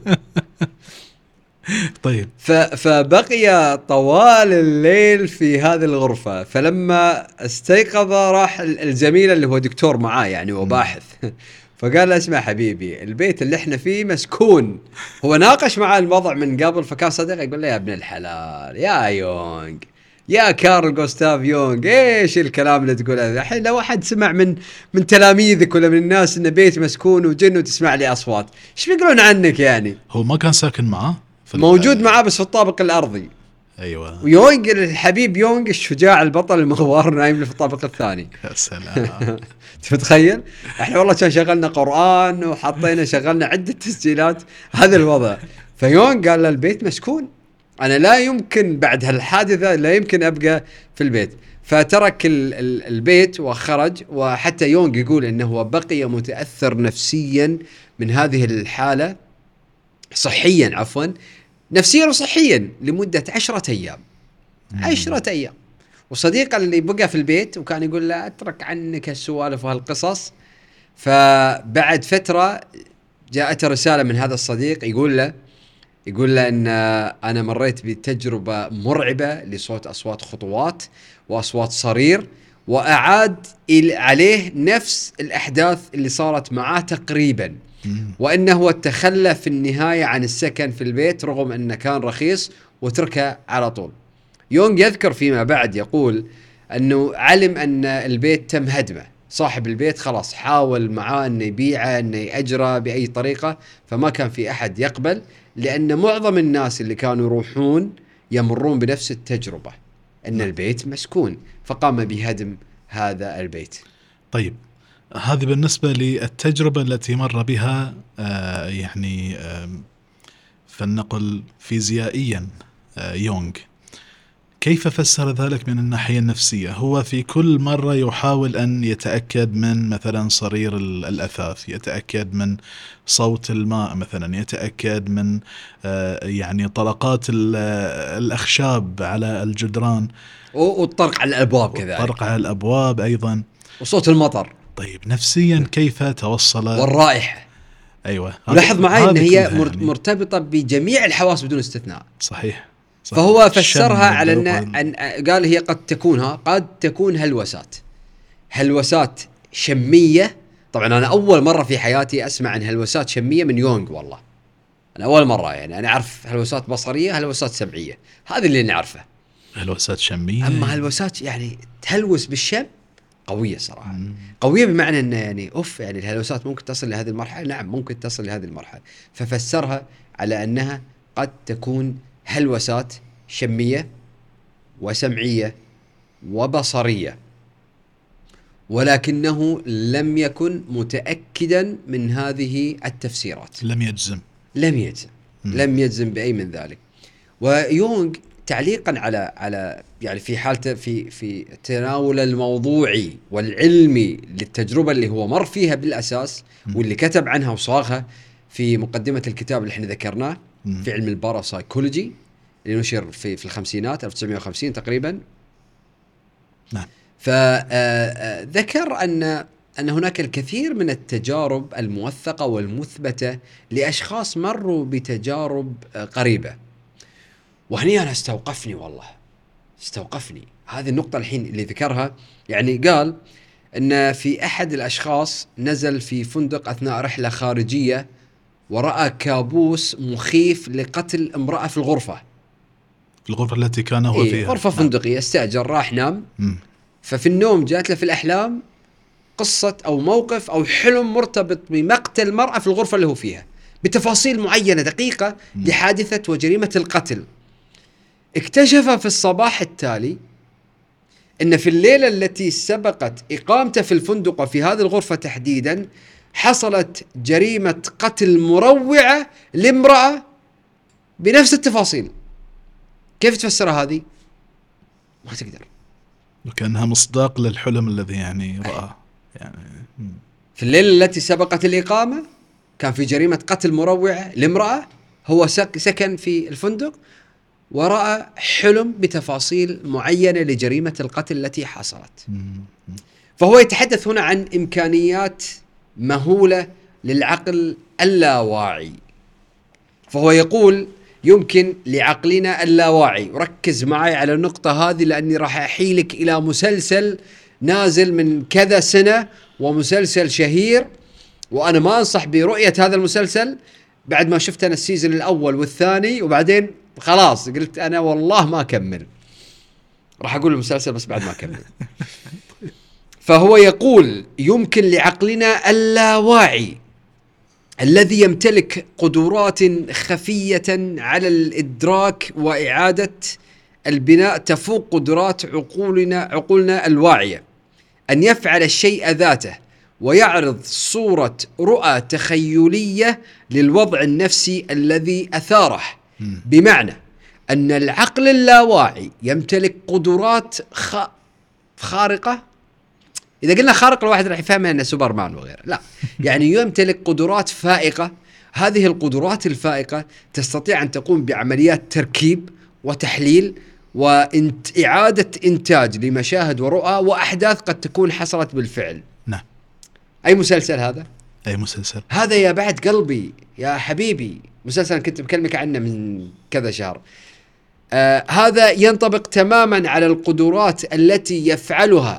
طيب. فبقي طوال الليل في هذه الغرفة. فلما استيقظ راح الزميل اللي هو دكتور معاه يعني وباحث، فقال له اسمع حبيبي، البيت اللي احنا فيه مسكون. هو ناقش معاه الموضوع من قبل، فكان صديق يقول له يا ابن الحلال يا يونغ، يا كارل غوستاف يونغ، ايش الكلام اللي تقوله الحين؟ لو احد سمع من تلاميذك ولا من الناس ان بيت مسكون وجن وتسمع لي اصوات، ايش بيقولون عنك يعني؟ هو ما كان ساكن معاه؟ موجود معاه بس في الطابق الأرضي. أيوة. ويونغ الحبيب يونغ الشجاع البطل المغوار نايم له في الطابق الثاني. يا سلام. تتخيل؟ احنا والله كان شغلنا قرآن وحطينا شغلنا عدة تسجيلات هذا الوضع. فيونغ قال البيت مسكون، أنا لا يمكن بعد هالحادثة لا يمكن أبقى في البيت. فترك البيت وخرج. وحتى يونغ يقول إنه بقي متأثر نفسيا من هذه الحالة، صحيا عفوا، نفسيا وصحيا لمدة 10 أيام. 10 أيام. وصديقه اللي بقى في البيت وكان يقول له اترك عنك هالسوالف وهالقصص. فبعد فترة جاءت رسالة من هذا الصديق يقول له ان انا مريت بتجربة مرعبة لصوت اصوات خطوات واصوات صرير، واعاد عليه نفس الاحداث اللي صارت معاه تقريبا، وانه تخلى في النهاية عن السكن في البيت رغم انه كان رخيص وتركه على طول. يونغ يذكر فيما بعد يقول أنه علم أن البيت تم هدمه، صاحب البيت خلاص حاول معاه أنه يبيعه أنه يأجره بأي طريقة، فما كان في أحد يقبل، لأن معظم الناس اللي كانوا يروحون يمرون بنفس التجربة أن البيت مسكون، فقام بهدم هذا البيت. طيب، هذه بالنسبة للتجربة التي مر بها يعني فلنقل فيزيائيا يونغ. كيف فسر ذلك من الناحية النفسية؟ هو في كل مرة يحاول أن يتأكد من مثلا صرير الأثاث، يتأكد من صوت الماء مثلا، يتأكد من يعني طلقات الأخشاب على الجدران، والطرق على الأبواب كذلك، الطرق على الأبواب أيضا، وصوت المطر. طيب نفسيا كيف توصل؟ والرائحة. أيوة. ولاحظ معي أن هي مرتبطة بجميع الحواس بدون استثناء. صحيح. فهو فسرها على أن قال هي قد تكون هلوسات شمية. طبعا أنا أول مرة في حياتي أسمع عن هلوسات شمية من يونغ، والله أنا أول مرة، يعني أنا أعرف هلوسات بصرية، هلوسات سمعية، هذا اللي نعرفه. هلوسات شمية، أما هلوسات يعني تهلوس بالشم قوية صراحة. قوية بمعنى أن يعني يعني الهلوسات ممكن تصل لهذه المرحلة. نعم ممكن تصل لهذه المرحلة. ففسرها على أنها قد تكون هلوسات شمية وسمعية وبصرية. ولكنه لم يكن متأكدا من هذه التفسيرات، لم يجزم. لم يجزم بأي من ذلك. ويونغ تعليقا على يعني في حالته في التناول الموضوعي والعلمي للتجربة اللي هو مر فيها بالأساس، واللي كتب عنها وصاغها في مقدمة الكتاب اللي احنا ذكرناه في علم الباراسايكولوجي اللي نشر في الخمسينات 1950 تقريبا. نعم. فذكر أن هناك الكثير من التجارب الموثقة والمثبتة لأشخاص مروا بتجارب قريبة. وهني أنا استوقفني هذه النقطة الحين اللي ذكرها. يعني قال أن في أحد الأشخاص نزل في فندق أثناء رحلة خارجية ورأى كابوس مخيف لقتل امرأة في الغرفة التي كان هو فيها. غرفة فندقية استأجر، راح نام. ففي النوم جات له في الأحلام قصة أو موقف أو حلم مرتبط بمقتل مرأة في الغرفة اللي هو فيها بتفاصيل معينة دقيقة لحادثة وجريمة القتل. اكتشف في الصباح التالي أن في الليلة التي سبقت إقامته في الفندق وفي هذه الغرفة تحديدا حصلت جريمة قتل مروعة لامرأة بنفس التفاصيل. كيف تفسر هذه؟ ما تقدر. وكأنها مصداق للحلم الذي يعني رأى. يعني في الليلة التي سبقت الإقامة كان في جريمة قتل مروعة لامرأة، هو سكن في الفندق ورأى حلم بتفاصيل معينة لجريمة القتل التي حصلت. فهو يتحدث هنا عن إمكانيات مهولة للعقل اللاواعي. فهو يقول يمكن لعقلنا اللاواعي، وركز معي على النقطة هذه لأني راح أحيلك إلى مسلسل نازل من كذا سنة ومسلسل شهير، وأنا ما أنصح برؤية هذا المسلسل بعد ما شفت أنا السيزن الأول والثاني، وبعدين خلاص قلت أنا والله ما أكمل، راح أقول المسلسل بس بعد ما أكمل. فهو يقول يمكن لعقلنا اللاواعي الذي يمتلك قدرات خفية على الإدراك وإعادة البناء تفوق قدرات عقولنا الواعية أن يفعل الشيء ذاته ويعرض صورة رؤى تخيلية للوضع النفسي الذي أثاره. بمعنى أن العقل اللاواعي يمتلك قدرات خارقة. إذا قلنا خارق الواحد راح يفهمها أنه سوبرمان وغيره، لا، يعني يمتلك قدرات فائقة. هذه القدرات الفائقة تستطيع أن تقوم بعمليات تركيب وتحليل وإعادة إنتاج لمشاهد ورؤى وأحداث قد تكون حصلت بالفعل. نعم. أي مسلسل هذا؟ أي مسلسل هذا يا بعد قلبي يا حبيبي، مسلسل كنت بكلمك عنه من كذا شهر. هذا ينطبق تماما على القدرات التي يفعلها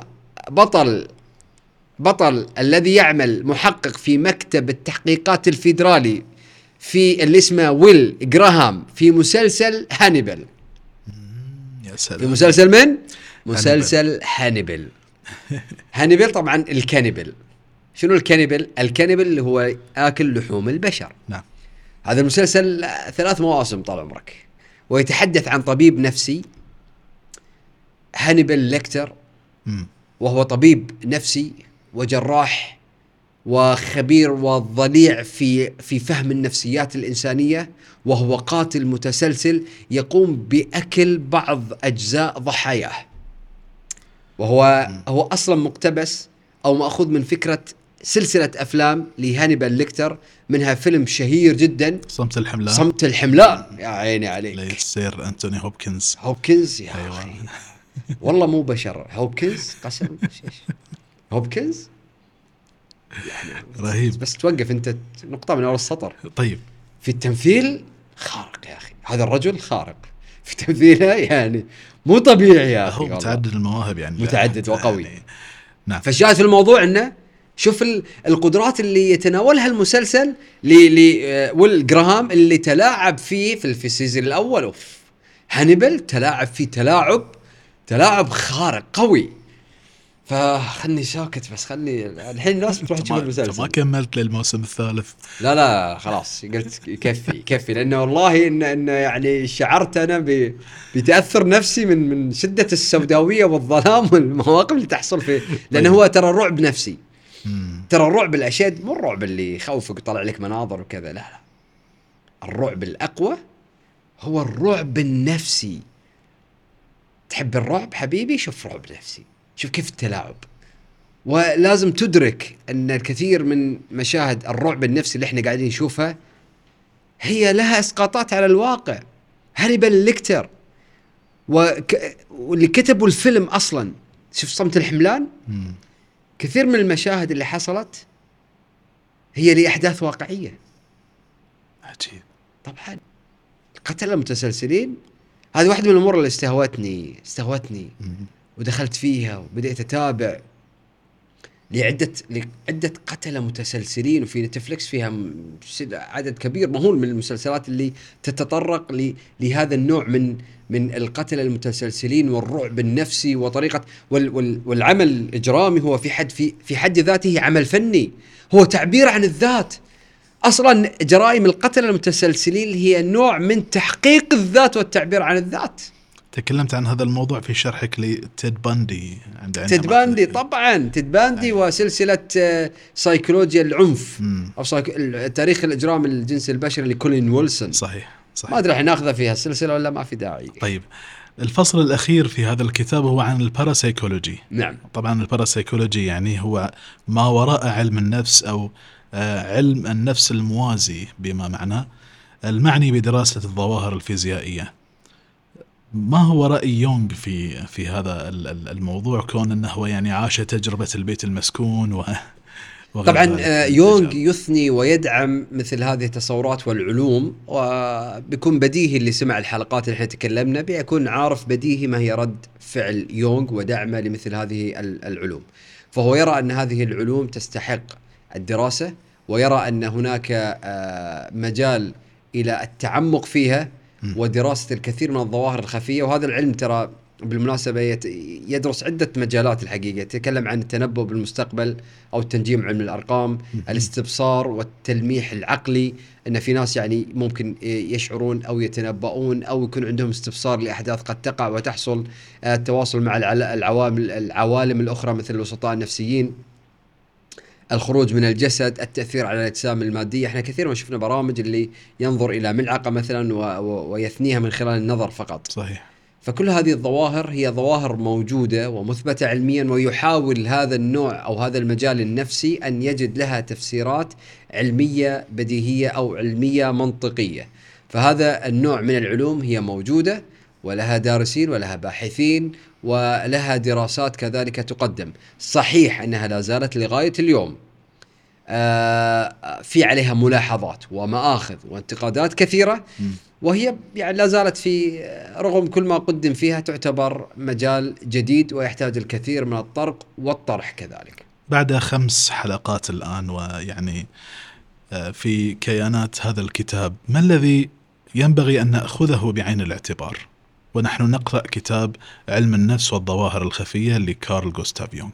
بطل الذي يعمل محقق في مكتب التحقيقات الفيدرالي في اللي اسمه ويل جراهام في مسلسل هانيبال. يا سلام. في مسلسل من؟ مسلسل هانيبال. هانيبال طبعا الكانيبل. شنو الكانيبل؟ الكانيبل اللي هو آكل لحوم البشر. نعم. هذا المسلسل 3 مواسم طال عمرك، ويتحدث عن طبيب نفسي هانيبال ليكتر، وهو طبيب نفسي وجراح وخبير وضليع في فهم النفسيات الإنسانية، وهو قاتل متسلسل يقوم بأكل بعض أجزاء ضحاياه. وهو أصلا مقتبس أو مأخوذ من فكرة سلسلة أفلام لهانيبال ليكتر، منها فيلم شهير جدا صمت الحملان. يا عيني عليك. للسير أنتوني هوبكنز يا أيوة. أخي والله مو بشر. هوبكنز قسم هوبكنز يعني رهيب. بس توقف أنت نقطة من أول السطر. طيب. في التمثيل خارق يا أخي، هذا الرجل خارق في تمثيله، يعني مو طبيعي يا أخي. هو متعدد المواهب يعني، متعدد وقوي يعني. نعم. فالشاهد في الموضوع أنه شوف القدرات اللي يتناولها المسلسل ويل جراهام اللي تلاعب فيه في السيزون الأول. هانيبال تلاعب فيه تلاعب خارق قوي. فخلني ساكت بس، خلني الحين الناس بتروح تشوف ما المسلسل. كملت للموسم الثالث. لا خلاص قلت يكفي لانه والله ان يعني شعرت انا بتاثر نفسي من شده السوداويه والظلام والمواقف اللي تحصل فيه، لانه طيب. هو ترى رعب نفسي. مم. ترى الرعب الاشد مو الرعب اللي يخوفك ويطلع لك مناظر وكذا، لا الرعب الاقوى هو الرعب النفسي. تحب الرعب حبيبي؟ شوف رعب نفسي، شوف كيف التلاعب. ولازم تدرك ان الكثير من مشاهد الرعب النفسي اللي احنا قاعدين نشوفها هي لها اسقاطات على الواقع. هانيبال ليكتر واللي كتبوا الفيلم اصلا، شوف صمت الحملان، مم. كثير من المشاهد اللي حصلت هي لأحداث واقعية. عجيب. طبعا القتلة المتسلسلين هذه واحدة من الأمور اللي استهوتني مم. ودخلت فيها وبدأت أتابع لعدة قتلة متسلسلين. وفي نتفليكس فيها عدد كبير مهول من المسلسلات اللي تتطرق لهذا النوع من القتلة المتسلسلين والرعب النفسي وطريقة والعمل الإجرامي. هو في حد ذاته عمل فني، هو تعبير عن الذات. أصلا جرائم القتلة المتسلسلين هي نوع من تحقيق الذات والتعبير عن الذات. تكلمت عن هذا الموضوع في شرحك لتيد باندي. تيد باندي طبعا، تيد باندي وسلسلة سايكولوجيا العنف أو تاريخ الإجرام الجنسي البشري لكولين ويلسون. صحيح. ما أدري ناخذه فيها السلسلة ولا ما في داعي. طيب، الفصل الأخير في هذا الكتاب هو عن الباراسايكولوجي. نعم. طبعا الباراسايكولوجي يعني هو ما وراء علم النفس أو علم النفس الموازي، بما معناه المعني بدراسة الظواهر الفيزيائية. ما هو رأي يونغ في هذا الموضوع، كون أنه هو يعني عاش تجربة البيت المسكون طبعا يونغ يثني ويدعم مثل هذه التصورات والعلوم، وبيكون بديهي اللي سمع الحلقات اللي احنا تكلمنا بيكون عارف بديهي ما هي رد فعل يونغ ودعمه لمثل هذه العلوم. فهو يرى أن هذه العلوم تستحق الدراسة، ويرى أن هناك مجال إلى التعمق فيها ودراسة الكثير من الظواهر الخفية. وهذا العلم ترى بالمناسبة يدرس عدة مجالات الحقيقة. يتكلم عن التنبؤ بالمستقبل أو التنجيم، علم الأرقام، الاستبصار والتلميح العقلي، أن في ناس يعني ممكن يشعرون أو يتنبؤون أو يكون عندهم استبصار لأحداث قد تقع وتحصل، التواصل مع العوالم الأخرى مثل الوسطاء النفسيين، الخروج من الجسد، التأثير على الأجسام المادية. احنا كثير ما شفنا برامج اللي ينظر إلى ملعقة مثلا ويثنيها من خلال النظر فقط. صحيح. فكل هذه الظواهر هي ظواهر موجودة ومثبتة علميا، ويحاول هذا النوع أو هذا المجال النفسي أن يجد لها تفسيرات علمية بديهية أو علمية منطقية. فهذا النوع من العلوم هي موجودة ولها دارسين ولها باحثين ولها دراسات كذلك تقدم. صحيح أنها لا زالت لغاية اليوم في عليها ملاحظات ومآخذ وانتقادات كثيرة، وهي يعني لا زالت في رغم كل ما قدم فيها تعتبر مجال جديد ويحتاج الكثير من الطرق والطرح كذلك. بعد 5 حلقات الآن، ويعني في كيانات هذا الكتاب، ما الذي ينبغي أن نأخذه بعين الاعتبار ونحن نقرأ كتاب علم النفس والظواهر الخفية لكارل غوستاف يونغ؟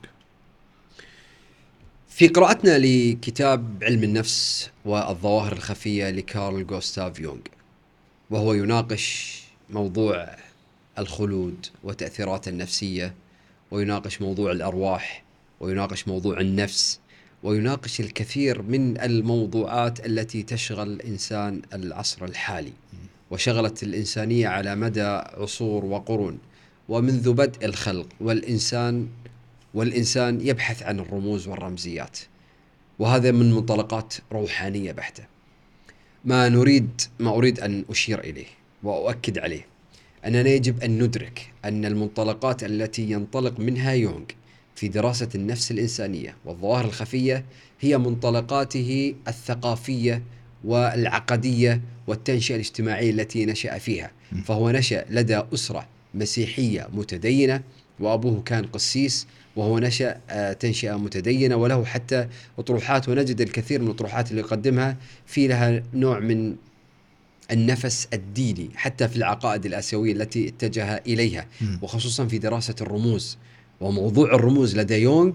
في قراءتنا لكتاب علم النفس والظواهر الخفية لكارل غوستاف يونغ، وهو يناقش موضوع الخلود وتأثيرات النفسية، ويناقش موضوع الأرواح، ويناقش موضوع النفس، ويناقش الكثير من الموضوعات التي تشغل الإنسان العصر الحالي وشغلت الإنسانية على مدى عصور وقرون، ومنذ بدء الخلق والإنسان يبحث عن الرموز والرمزيات. وهذا من منطلقات روحانية بحتة. ما أريد أن أشير إليه وأؤكد عليه أننا يجب أن ندرك أن المنطلقات التي ينطلق منها يونغ في دراسة النفس الإنسانية والظواهر الخفية هي منطلقاته الثقافية والعقدية والتنشئة الاجتماعية التي نشأ فيها. فهو نشأ لدى أسرة مسيحية متدينة، وأبوه كان قسيس، وهو نشأ تنشئة متدينة، وله حتى أطروحات، ونجد الكثير من الأطروحات اللي يقدمها في لها نوع من النفس الديني حتى في العقائد الآسيوية التي اتجه إليها، وخصوصا في دراسة الرموز وموضوع الرموز لدى يونغ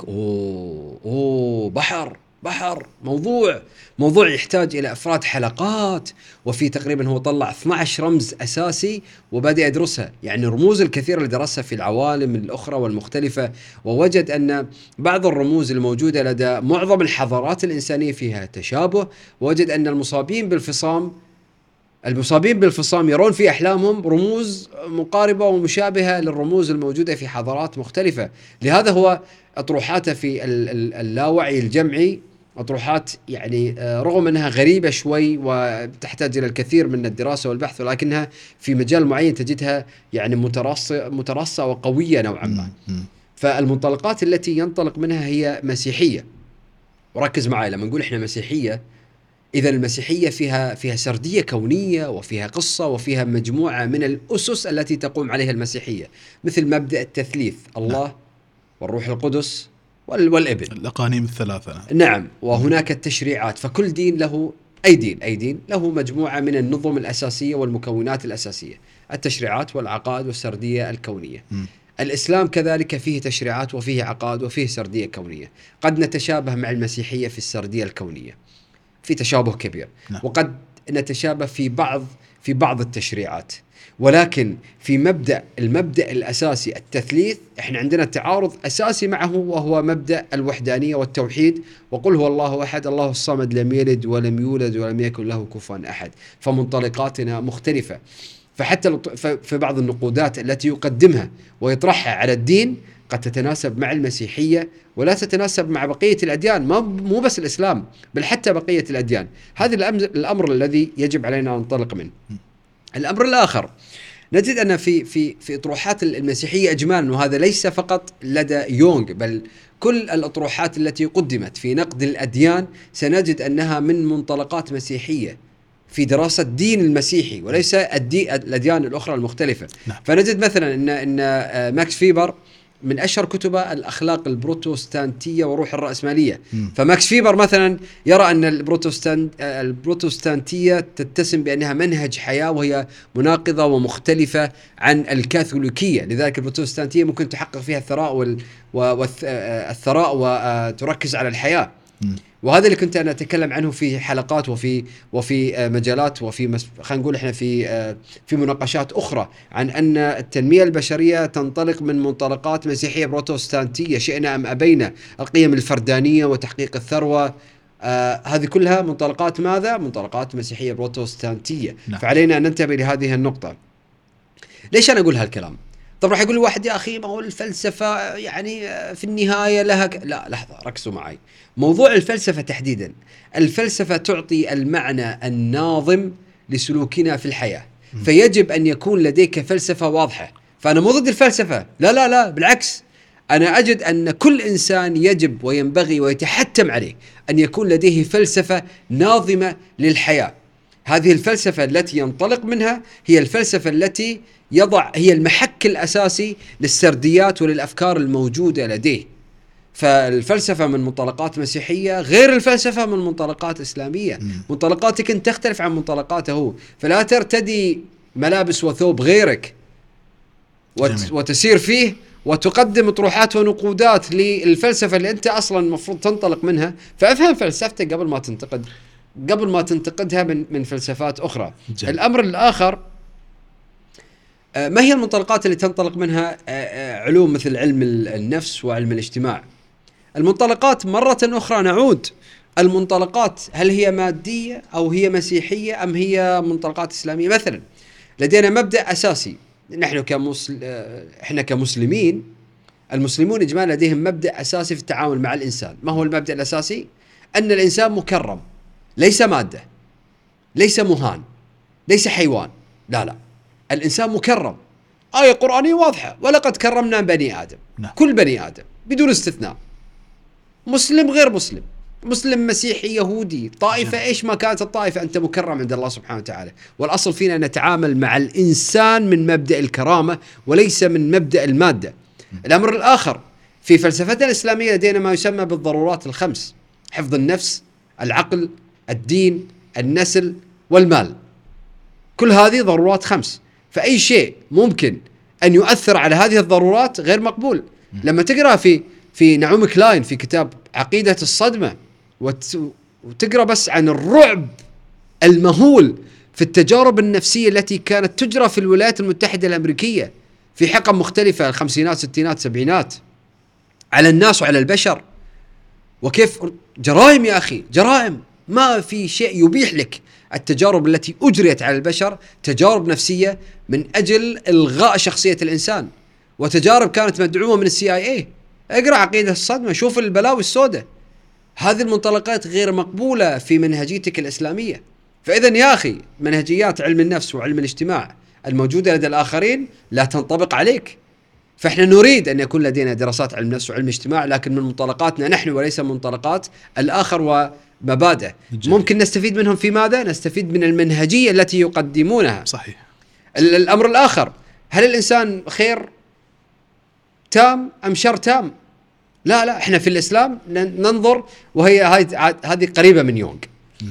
بحر موضوع يحتاج إلى إفراد حلقات، وفي تقريبا هو طلع 12 رمز أساسي وبدأ يدرسها، يعني رموز الكثير اللي درسها في العوالم الأخرى والمختلفة، ووجد أن بعض الرموز الموجودة لدى معظم الحضارات الإنسانية فيها تشابه، ووجد أن المصابين بالفصام يرون في أحلامهم رموز مقاربة ومشابهة للرموز الموجودة في حضارات مختلفة. لهذا هو أطروحاته في اللاوعي الجمعي أطروحات يعني رغم أنها غريبة شوي وتحتاج إلى الكثير من الدراسة والبحث، ولكنها في مجال معين تجدها يعني متراصة وقوية نوعا ما. فالمنطلقات التي ينطلق منها هي مسيحية. وركز معي لما نقول إحنا مسيحية، إذا المسيحية فيها سردية كونية، وفيها قصة، وفيها مجموعة من الأسس التي تقوم عليها المسيحية، مثل مبدأ التثليث، الله والروح القدس والابن، الأقانيم الثلاثة. نعم. وهناك التشريعات، فكل دين له أي دين له مجموعة من النظم الأساسية والمكونات الأساسية، التشريعات والعقائد والسردية الكونية. الإسلام كذلك فيه تشريعات وفيه عقائد وفيه سردية كونية. قد نتشابه مع المسيحية في السردية الكونية، في تشابه كبير. وقد نتشابه في بعض التشريعات، ولكن في المبدأ الأساسي التثليث احنا عندنا تعارض أساسي معه، وهو مبدأ الوحدانية والتوحيد، وقل هو الله أحد الله الصمد لم يلد ولم يولد ولم يكن له كفوا أحد. فمنطلقاتنا مختلفة، فحتى في بعض النقودات التي يقدمها ويطرحها على الدين قد تتناسب مع المسيحية ولا تتناسب مع بقية الأديان، مو بس الإسلام بل حتى بقية الأديان. هذا الأمر الذي يجب علينا أن ننطلق منه. الأمر الآخر، نجد أن في أطروحات المسيحية إجمالا، وهذا ليس فقط لدى يونغ بل كل الأطروحات التي قدمت في نقد الأديان، سنجد أنها من منطلقات مسيحية في دراسة الدين المسيحي وليس الأديان الأخرى المختلفة. فنجد مثلا أن ماكس فيبر من أشهر كتبه الأخلاق البروتستانتية وروح الرأسمالية. فماكس فيبر مثلا يرى أن البروتستانتية تتسم بأنها منهج حياة وهي مناقضة ومختلفة عن الكاثوليكية، لذلك البروتستانتية ممكن تحقق فيها الثراء وتركز على الحياة. وهذا اللي كنت أنا أتكلم عنه في حلقات وفي مجالات خلينا نقول إحنا في مناقشات أخرى، عن أن التنمية البشرية تنطلق من منطلقات مسيحية بروتستانتية شئنا أم أبينا، القيم الفردانية وتحقيق الثروة، هذه كلها منطلقات ماذا؟ منطلقات مسيحية بروتستانتية. فعلينا أن ننتبه لهذه النقطة. ليش أنا أقول هالكلام؟ طب راح يقول الواحد يا أخي ما هو الفلسفة يعني في النهاية لها لا، لحظة، ركزوا معي. موضوع الفلسفة تحديدا، الفلسفة تعطي المعنى الناظم لسلوكنا في الحياة، فيجب أن يكون لديك فلسفة واضحة. فأنا مو ضد الفلسفة، لا بالعكس، أنا أجد أن كل إنسان يجب وينبغي ويتحتم عليه أن يكون لديه فلسفة ناظمة للحياة. هذه الفلسفة التي ينطلق منها هي الفلسفة التي هي المحك الأساسي للسرديات وللأفكار الموجودة لديه. فالفلسفة من منطلقات مسيحية غير الفلسفة من منطلقات إسلامية. منطلقاتك أنت تختلف عن منطلقاته، فلا ترتدي ملابس وثوب غيرك وتسير فيه وتقدم اطروحات ونقودات للفلسفة اللي أنت أصلا المفروض تنطلق منها. فأفهم فلسفتك قبل ما تنتقدها من فلسفات أخرى. الأمر الآخر، ما هي المنطلقات اللي تنطلق منها علوم مثل علم النفس وعلم الاجتماع؟ المنطلقات مرة أخرى نعود، المنطلقات هل هي مادية أو هي مسيحية أم هي منطلقات إسلامية؟ مثلا لدينا مبدأ أساسي، نحن إحنا كمسلمين، المسلمون إجمالا لديهم مبدأ أساسي في التعامل مع الإنسان. ما هو المبدأ الأساسي؟ أن الإنسان مكرم، ليس مادة، ليس مهان، ليس حيوان، لا، الإنسان مكرم. آية قرآنية واضحة، ولقد كرمنا بني آدم. كل بني آدم بدون استثناء، مسلم غير مسلم، مسلم مسيحي يهودي طائفة إيش ما كانت الطائفة، أنت مكرم عند الله سبحانه وتعالى. والأصل فينا أن نتعامل مع الإنسان من مبدأ الكرامة وليس من مبدأ المادة. الأمر الآخر، في فلسفتنا الإسلامية لدينا ما يسمى بالضرورات الخمس: حفظ النفس، العقل، الدين، النسل، والمال. كل هذه ضرورات خمس، فأي شيء ممكن أن يؤثر على هذه الضرورات غير مقبول. لما تقرأ في نعوم كلاين في كتاب عقيدة الصدمة وتقرأ بس عن الرعب المهول في التجارب النفسية التي كانت تجرى في الولايات المتحدة الأمريكية في حقب مختلفة، الخمسينات ستينات سبعينات، على الناس وعلى البشر، وكيف جرائم يا أخي، جرائم ما في شيء يبيح لك التجارب التي أجريت على البشر، تجارب نفسية من أجل إلغاء شخصية الإنسان، وتجارب كانت مدعومة من CIA. اقرأ عقيدة الصدمة، شوف البلاوي السوداء. هذه المنطلقات غير مقبولة في منهجيتك الإسلامية. فإذن يا أخي منهجيات علم النفس وعلم الاجتماع الموجودة لدى الآخرين لا تنطبق عليك. فإحنا نريد أن يكون لدينا دراسات علم نفس وعلم اجتماع، لكن من منطلقاتنا نحن وليس من منطلقات الآخر ومبادئ. ممكن نستفيد منهم في ماذا؟ نستفيد من المنهجية التي يقدمونها. صحيح. الأمر الآخر، هل الإنسان خير تام أم شر تام؟ لا إحنا في الإسلام ننظر، وهي هذه قريبة من يونغ.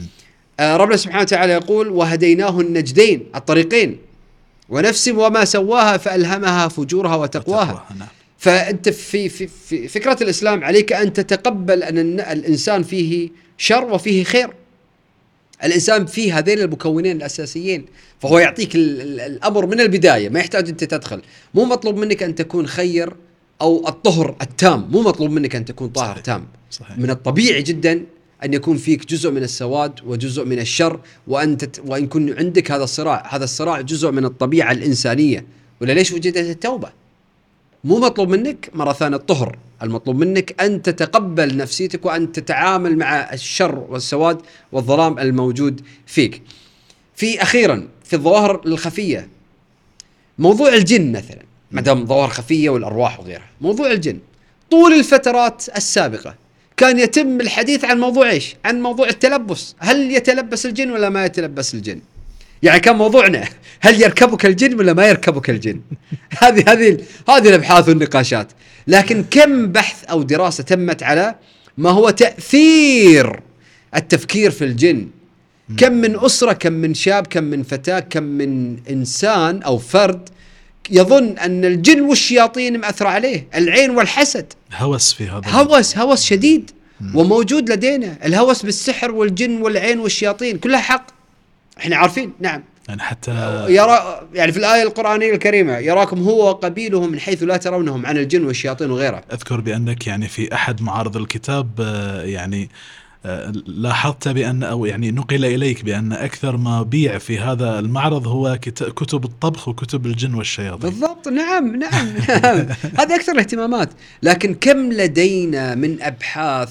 ربنا سبحانه وتعالى يقول: وهديناه النجدين، الطريقين، ونفس وما سواها فألهمها فجورها وتقواها. فأنت في فكرة الإسلام عليك أن تتقبل أن الإنسان فيه شر وفيه خير. الإنسان فيه هذين المكونين الأساسيين، فهو يعطيك الأمر من البداية، ما يحتاج أنت تدخل. مو مطلوب منك أن تكون خير أو الطهر التام، مو مطلوب منك أن تكون طاهر. صحيح. تام. صحيح. من الطبيعي جدا أن يكون فيك جزء من السواد وجزء من الشر، وأن يكون عندك هذا الصراع. هذا الصراع جزء من الطبيعة الإنسانية. ولا ليش وجدت التوبة؟ مو مطلوب منك مرة ثانية الطهر، المطلوب منك أن تتقبل نفسيتك وأن تتعامل مع الشر والسواد والظلام الموجود فيك. أخيرا في الظواهر الخفية، موضوع الجن مثلا، مدام ظواهر خفية والأرواح وغيرها، موضوع الجن طول الفترات السابقة كان يتم الحديث عن موضوع إيش؟ عن موضوع التلبس. هل يتلبس الجن ولا ما يتلبس الجن؟ يعني كان موضوعنا هل يركبك الجن ولا ما يركبك الجن؟ هذه الأبحاث والنقاشات. لكن كم بحث أو دراسة تمت على ما هو تأثير التفكير في الجن؟ كم من أسرة، كم من شاب، كم من فتاة، كم من إنسان أو فرد يظن أن الجن والشياطين مأثرة عليه. العين والحسد، هوس في هذا، هوس شديد وموجود لدينا. الهوس بالسحر والجن والعين والشياطين كلها حق، احنا عارفين. نعم. يعني حتى يعني في الآية القرآنية الكريمة: يراكم هو وقبيله من حيث لا ترونهم، عن الجن والشياطين وغيرها. أذكر بأنك يعني في أحد معارض الكتاب يعني لاحظت بأن، أو يعني نقل إليك بأن أكثر ما بيع في هذا المعرض هو كتب الطبخ وكتب الجن والشياطين. بالضبط. نعم. هذا أكثر الاهتمامات. لكن كم لدينا من أبحاث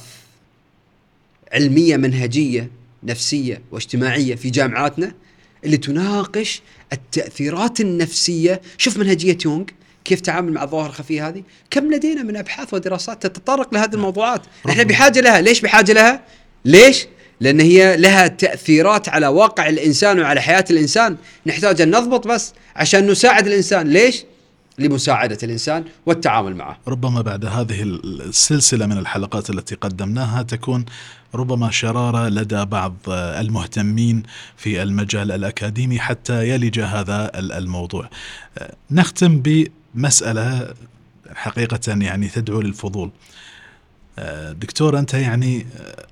علمية منهجية نفسية واجتماعية في جامعاتنا اللي تناقش التأثيرات النفسية. شوف منهجية يونغ كيف تعامل مع الظواهر الخفية هذه. كم لدينا من أبحاث ودراسات تتطرق لهذه الموضوعات. نحن بحاجة لها. ليش بحاجة لها؟ ليش؟ لأن هي لها تأثيرات على واقع الإنسان وعلى حياة الإنسان. نحتاج أن نضبط بس عشان نساعد الإنسان. ليش؟ لمساعدة الإنسان والتعامل معه. ربما بعد هذه السلسلة من الحلقات التي قدمناها تكون ربما شرارة لدى بعض المهتمين في المجال الأكاديمي حتى يلج هذا الموضوع. نختم بمسألة حقيقة يعني تدعو للفضول. دكتور، أنت يعني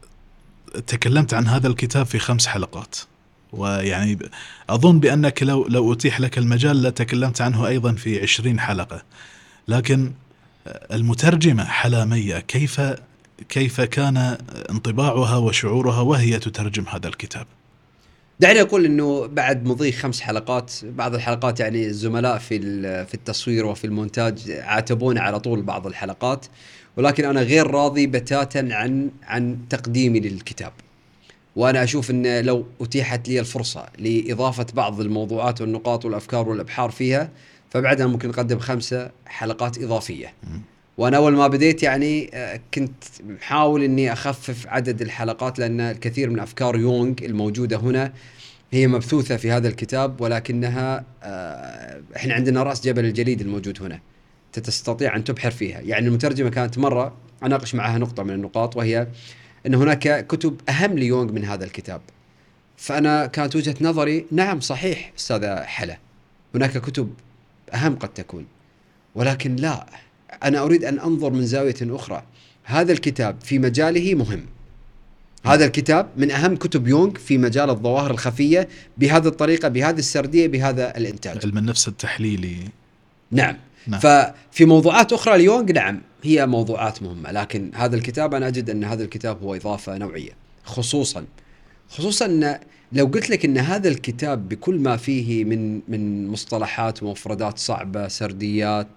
تكلمت عن هذا الكتاب في 5 حلقات، ويعني أظن بأنك لو أتيح لك المجال لتكلمت عنه أيضا في 20 حلقة. لكن المترجمة حلامية كيف كان انطباعها وشعورها وهي تترجم هذا الكتاب؟ دعني أقول أنه بعد مضي 5 حلقات، بعض الحلقات يعني الزملاء في التصوير وفي المونتاج عاتبون على طول بعض الحلقات، ولكن أنا غير راضي بتاتا عن تقديمي للكتاب. وأنا أشوف أن لو أتيحت لي الفرصة لإضافة بعض الموضوعات والنقاط والأفكار والأبحار فيها، فبعدها ممكن نقدم 5 حلقات إضافية. وأنا أول ما بديت يعني كنت محاول أني أخفف عدد الحلقات، لأن الكثير من أفكار يونغ الموجودة هنا هي مبثوثة في هذا الكتاب، ولكنها إحنا عندنا رأس جبل الجليد الموجود هنا تستطيع أن تبحر فيها. يعني المترجمة كانت مرة أناقش معها نقطة من النقاط، وهي أن هناك كتب أهم ليونغ من هذا الكتاب. فأنا كانت وجهة نظري نعم صحيح أستاذة حلا، هناك كتب أهم قد تكون، ولكن لا، أنا أريد أن أنظر من زاوية أخرى. هذا الكتاب في مجاله مهم، هذا الكتاب من أهم كتب يونغ في مجال الظواهر الخفية بهذه الطريقة، بهذه السردية، بهذا الإنتاج. علم النفس التحليلي. نعم. نعم. ففي موضوعات أخرى ليونغ نعم هي موضوعات مهمة، لكن هذا الكتاب أنا أجد أن هذا الكتاب هو إضافة نوعية، خصوصا أن لو قلت لك أن هذا الكتاب بكل ما فيه من مصطلحات ومفردات صعبة، سرديات،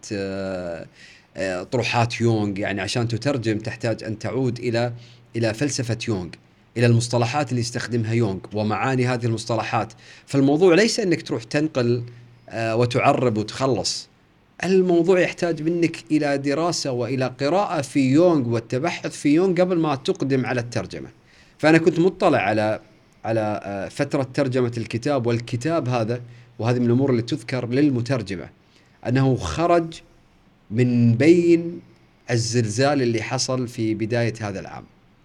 طروحات يونغ، يعني عشان تترجم تحتاج أن تعود إلى فلسفة يونغ، إلى المصطلحات اللي يستخدمها يونغ ومعاني هذه المصطلحات. فالموضوع ليس أنك تروح تنقل وتعرب وتخلص، الموضوع يحتاج منك إلى دراسة وإلى قراءة في يونغ والتبحث في يونغ قبل ما تقدم على الترجمة. فأنا كنت مطلع على فترة ترجمة الكتاب، والكتاب هذا، وهذه من الأمور اللي تذكر للمترجمة، أنه خرج من بين الزلزال اللي حصل في بداية هذا العام،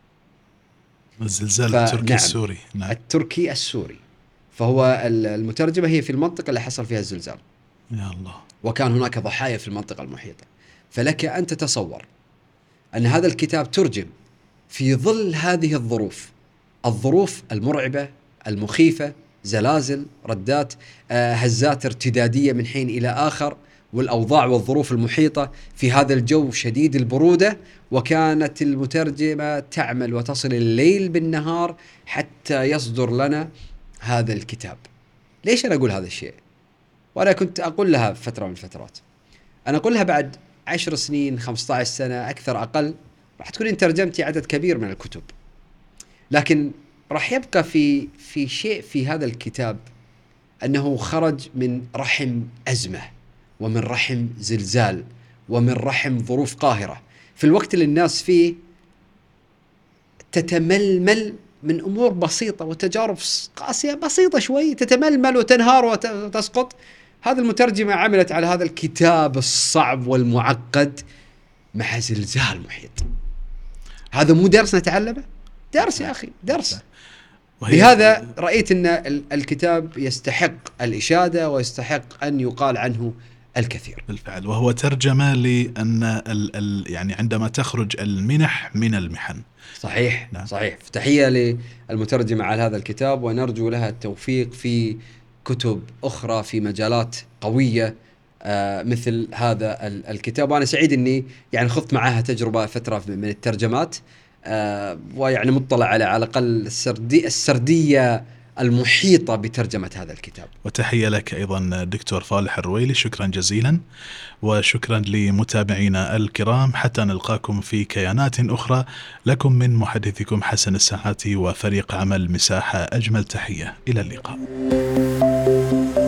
الزلزال التركي السوري. نعم. التركي السوري. فهو المترجمة هي في المنطقة اللي حصل فيها الزلزال، يا الله، وكان هناك ضحايا في المنطقة المحيطة. فلك أن تتصور أن هذا الكتاب ترجم في ظل هذه الظروف المرعبة المخيفة، زلازل، ردات، هزات ارتدادية من حين إلى آخر، والأوضاع والظروف المحيطة في هذا الجو شديد البرودة. وكانت المترجمة تعمل وتصل الليل بالنهار حتى يصدر لنا هذا الكتاب. ليش أنا أقول هذا الشيء؟ وأنا كنت أقول لها فترة من الفترات، أنا أقول لها بعد 10 سنين 15 سنة أكثر أقل راح تكونين ترجمتي عدد كبير من الكتب، لكن راح يبقى في شيء في هذا الكتاب أنه خرج من رحم أزمة، ومن رحم زلزال، ومن رحم ظروف قاهرة، في الوقت اللي الناس فيه تتململ من أمور بسيطة وتجارب قاسية بسيطة شوي، تتململ وتنهار وتسقط. هذا المترجمة عملت على هذا الكتاب الصعب والمعقد مع زلزال محيط. هذا مو درس نتعلمه؟ درس يا أخي، درس. بهذا رأيت أن الكتاب يستحق الإشادة ويستحق أن يقال عنه الكثير. بالفعل، وهو ترجمة لأن يعني عندما تخرج المنح من المحن. صحيح. نعم. صحيح. تحية للمترجمة على هذا الكتاب، ونرجو لها التوفيق في كتب أخرى في مجالات قوية مثل هذا الكتاب. وأنا سعيد أني يعني خذت معها تجربة فترة من الترجمات، ويعني مطلع على الأقل السردية المحيطة بترجمة هذا الكتاب. وتحية لك أيضا دكتور فالح الرويلي، شكرا جزيلا، وشكرا لمتابعينا الكرام. حتى نلقاكم في كيانات أخرى، لكم من محدثكم حسن الساعاتي وفريق عمل مساحة أجمل تحية، إلى اللقاء.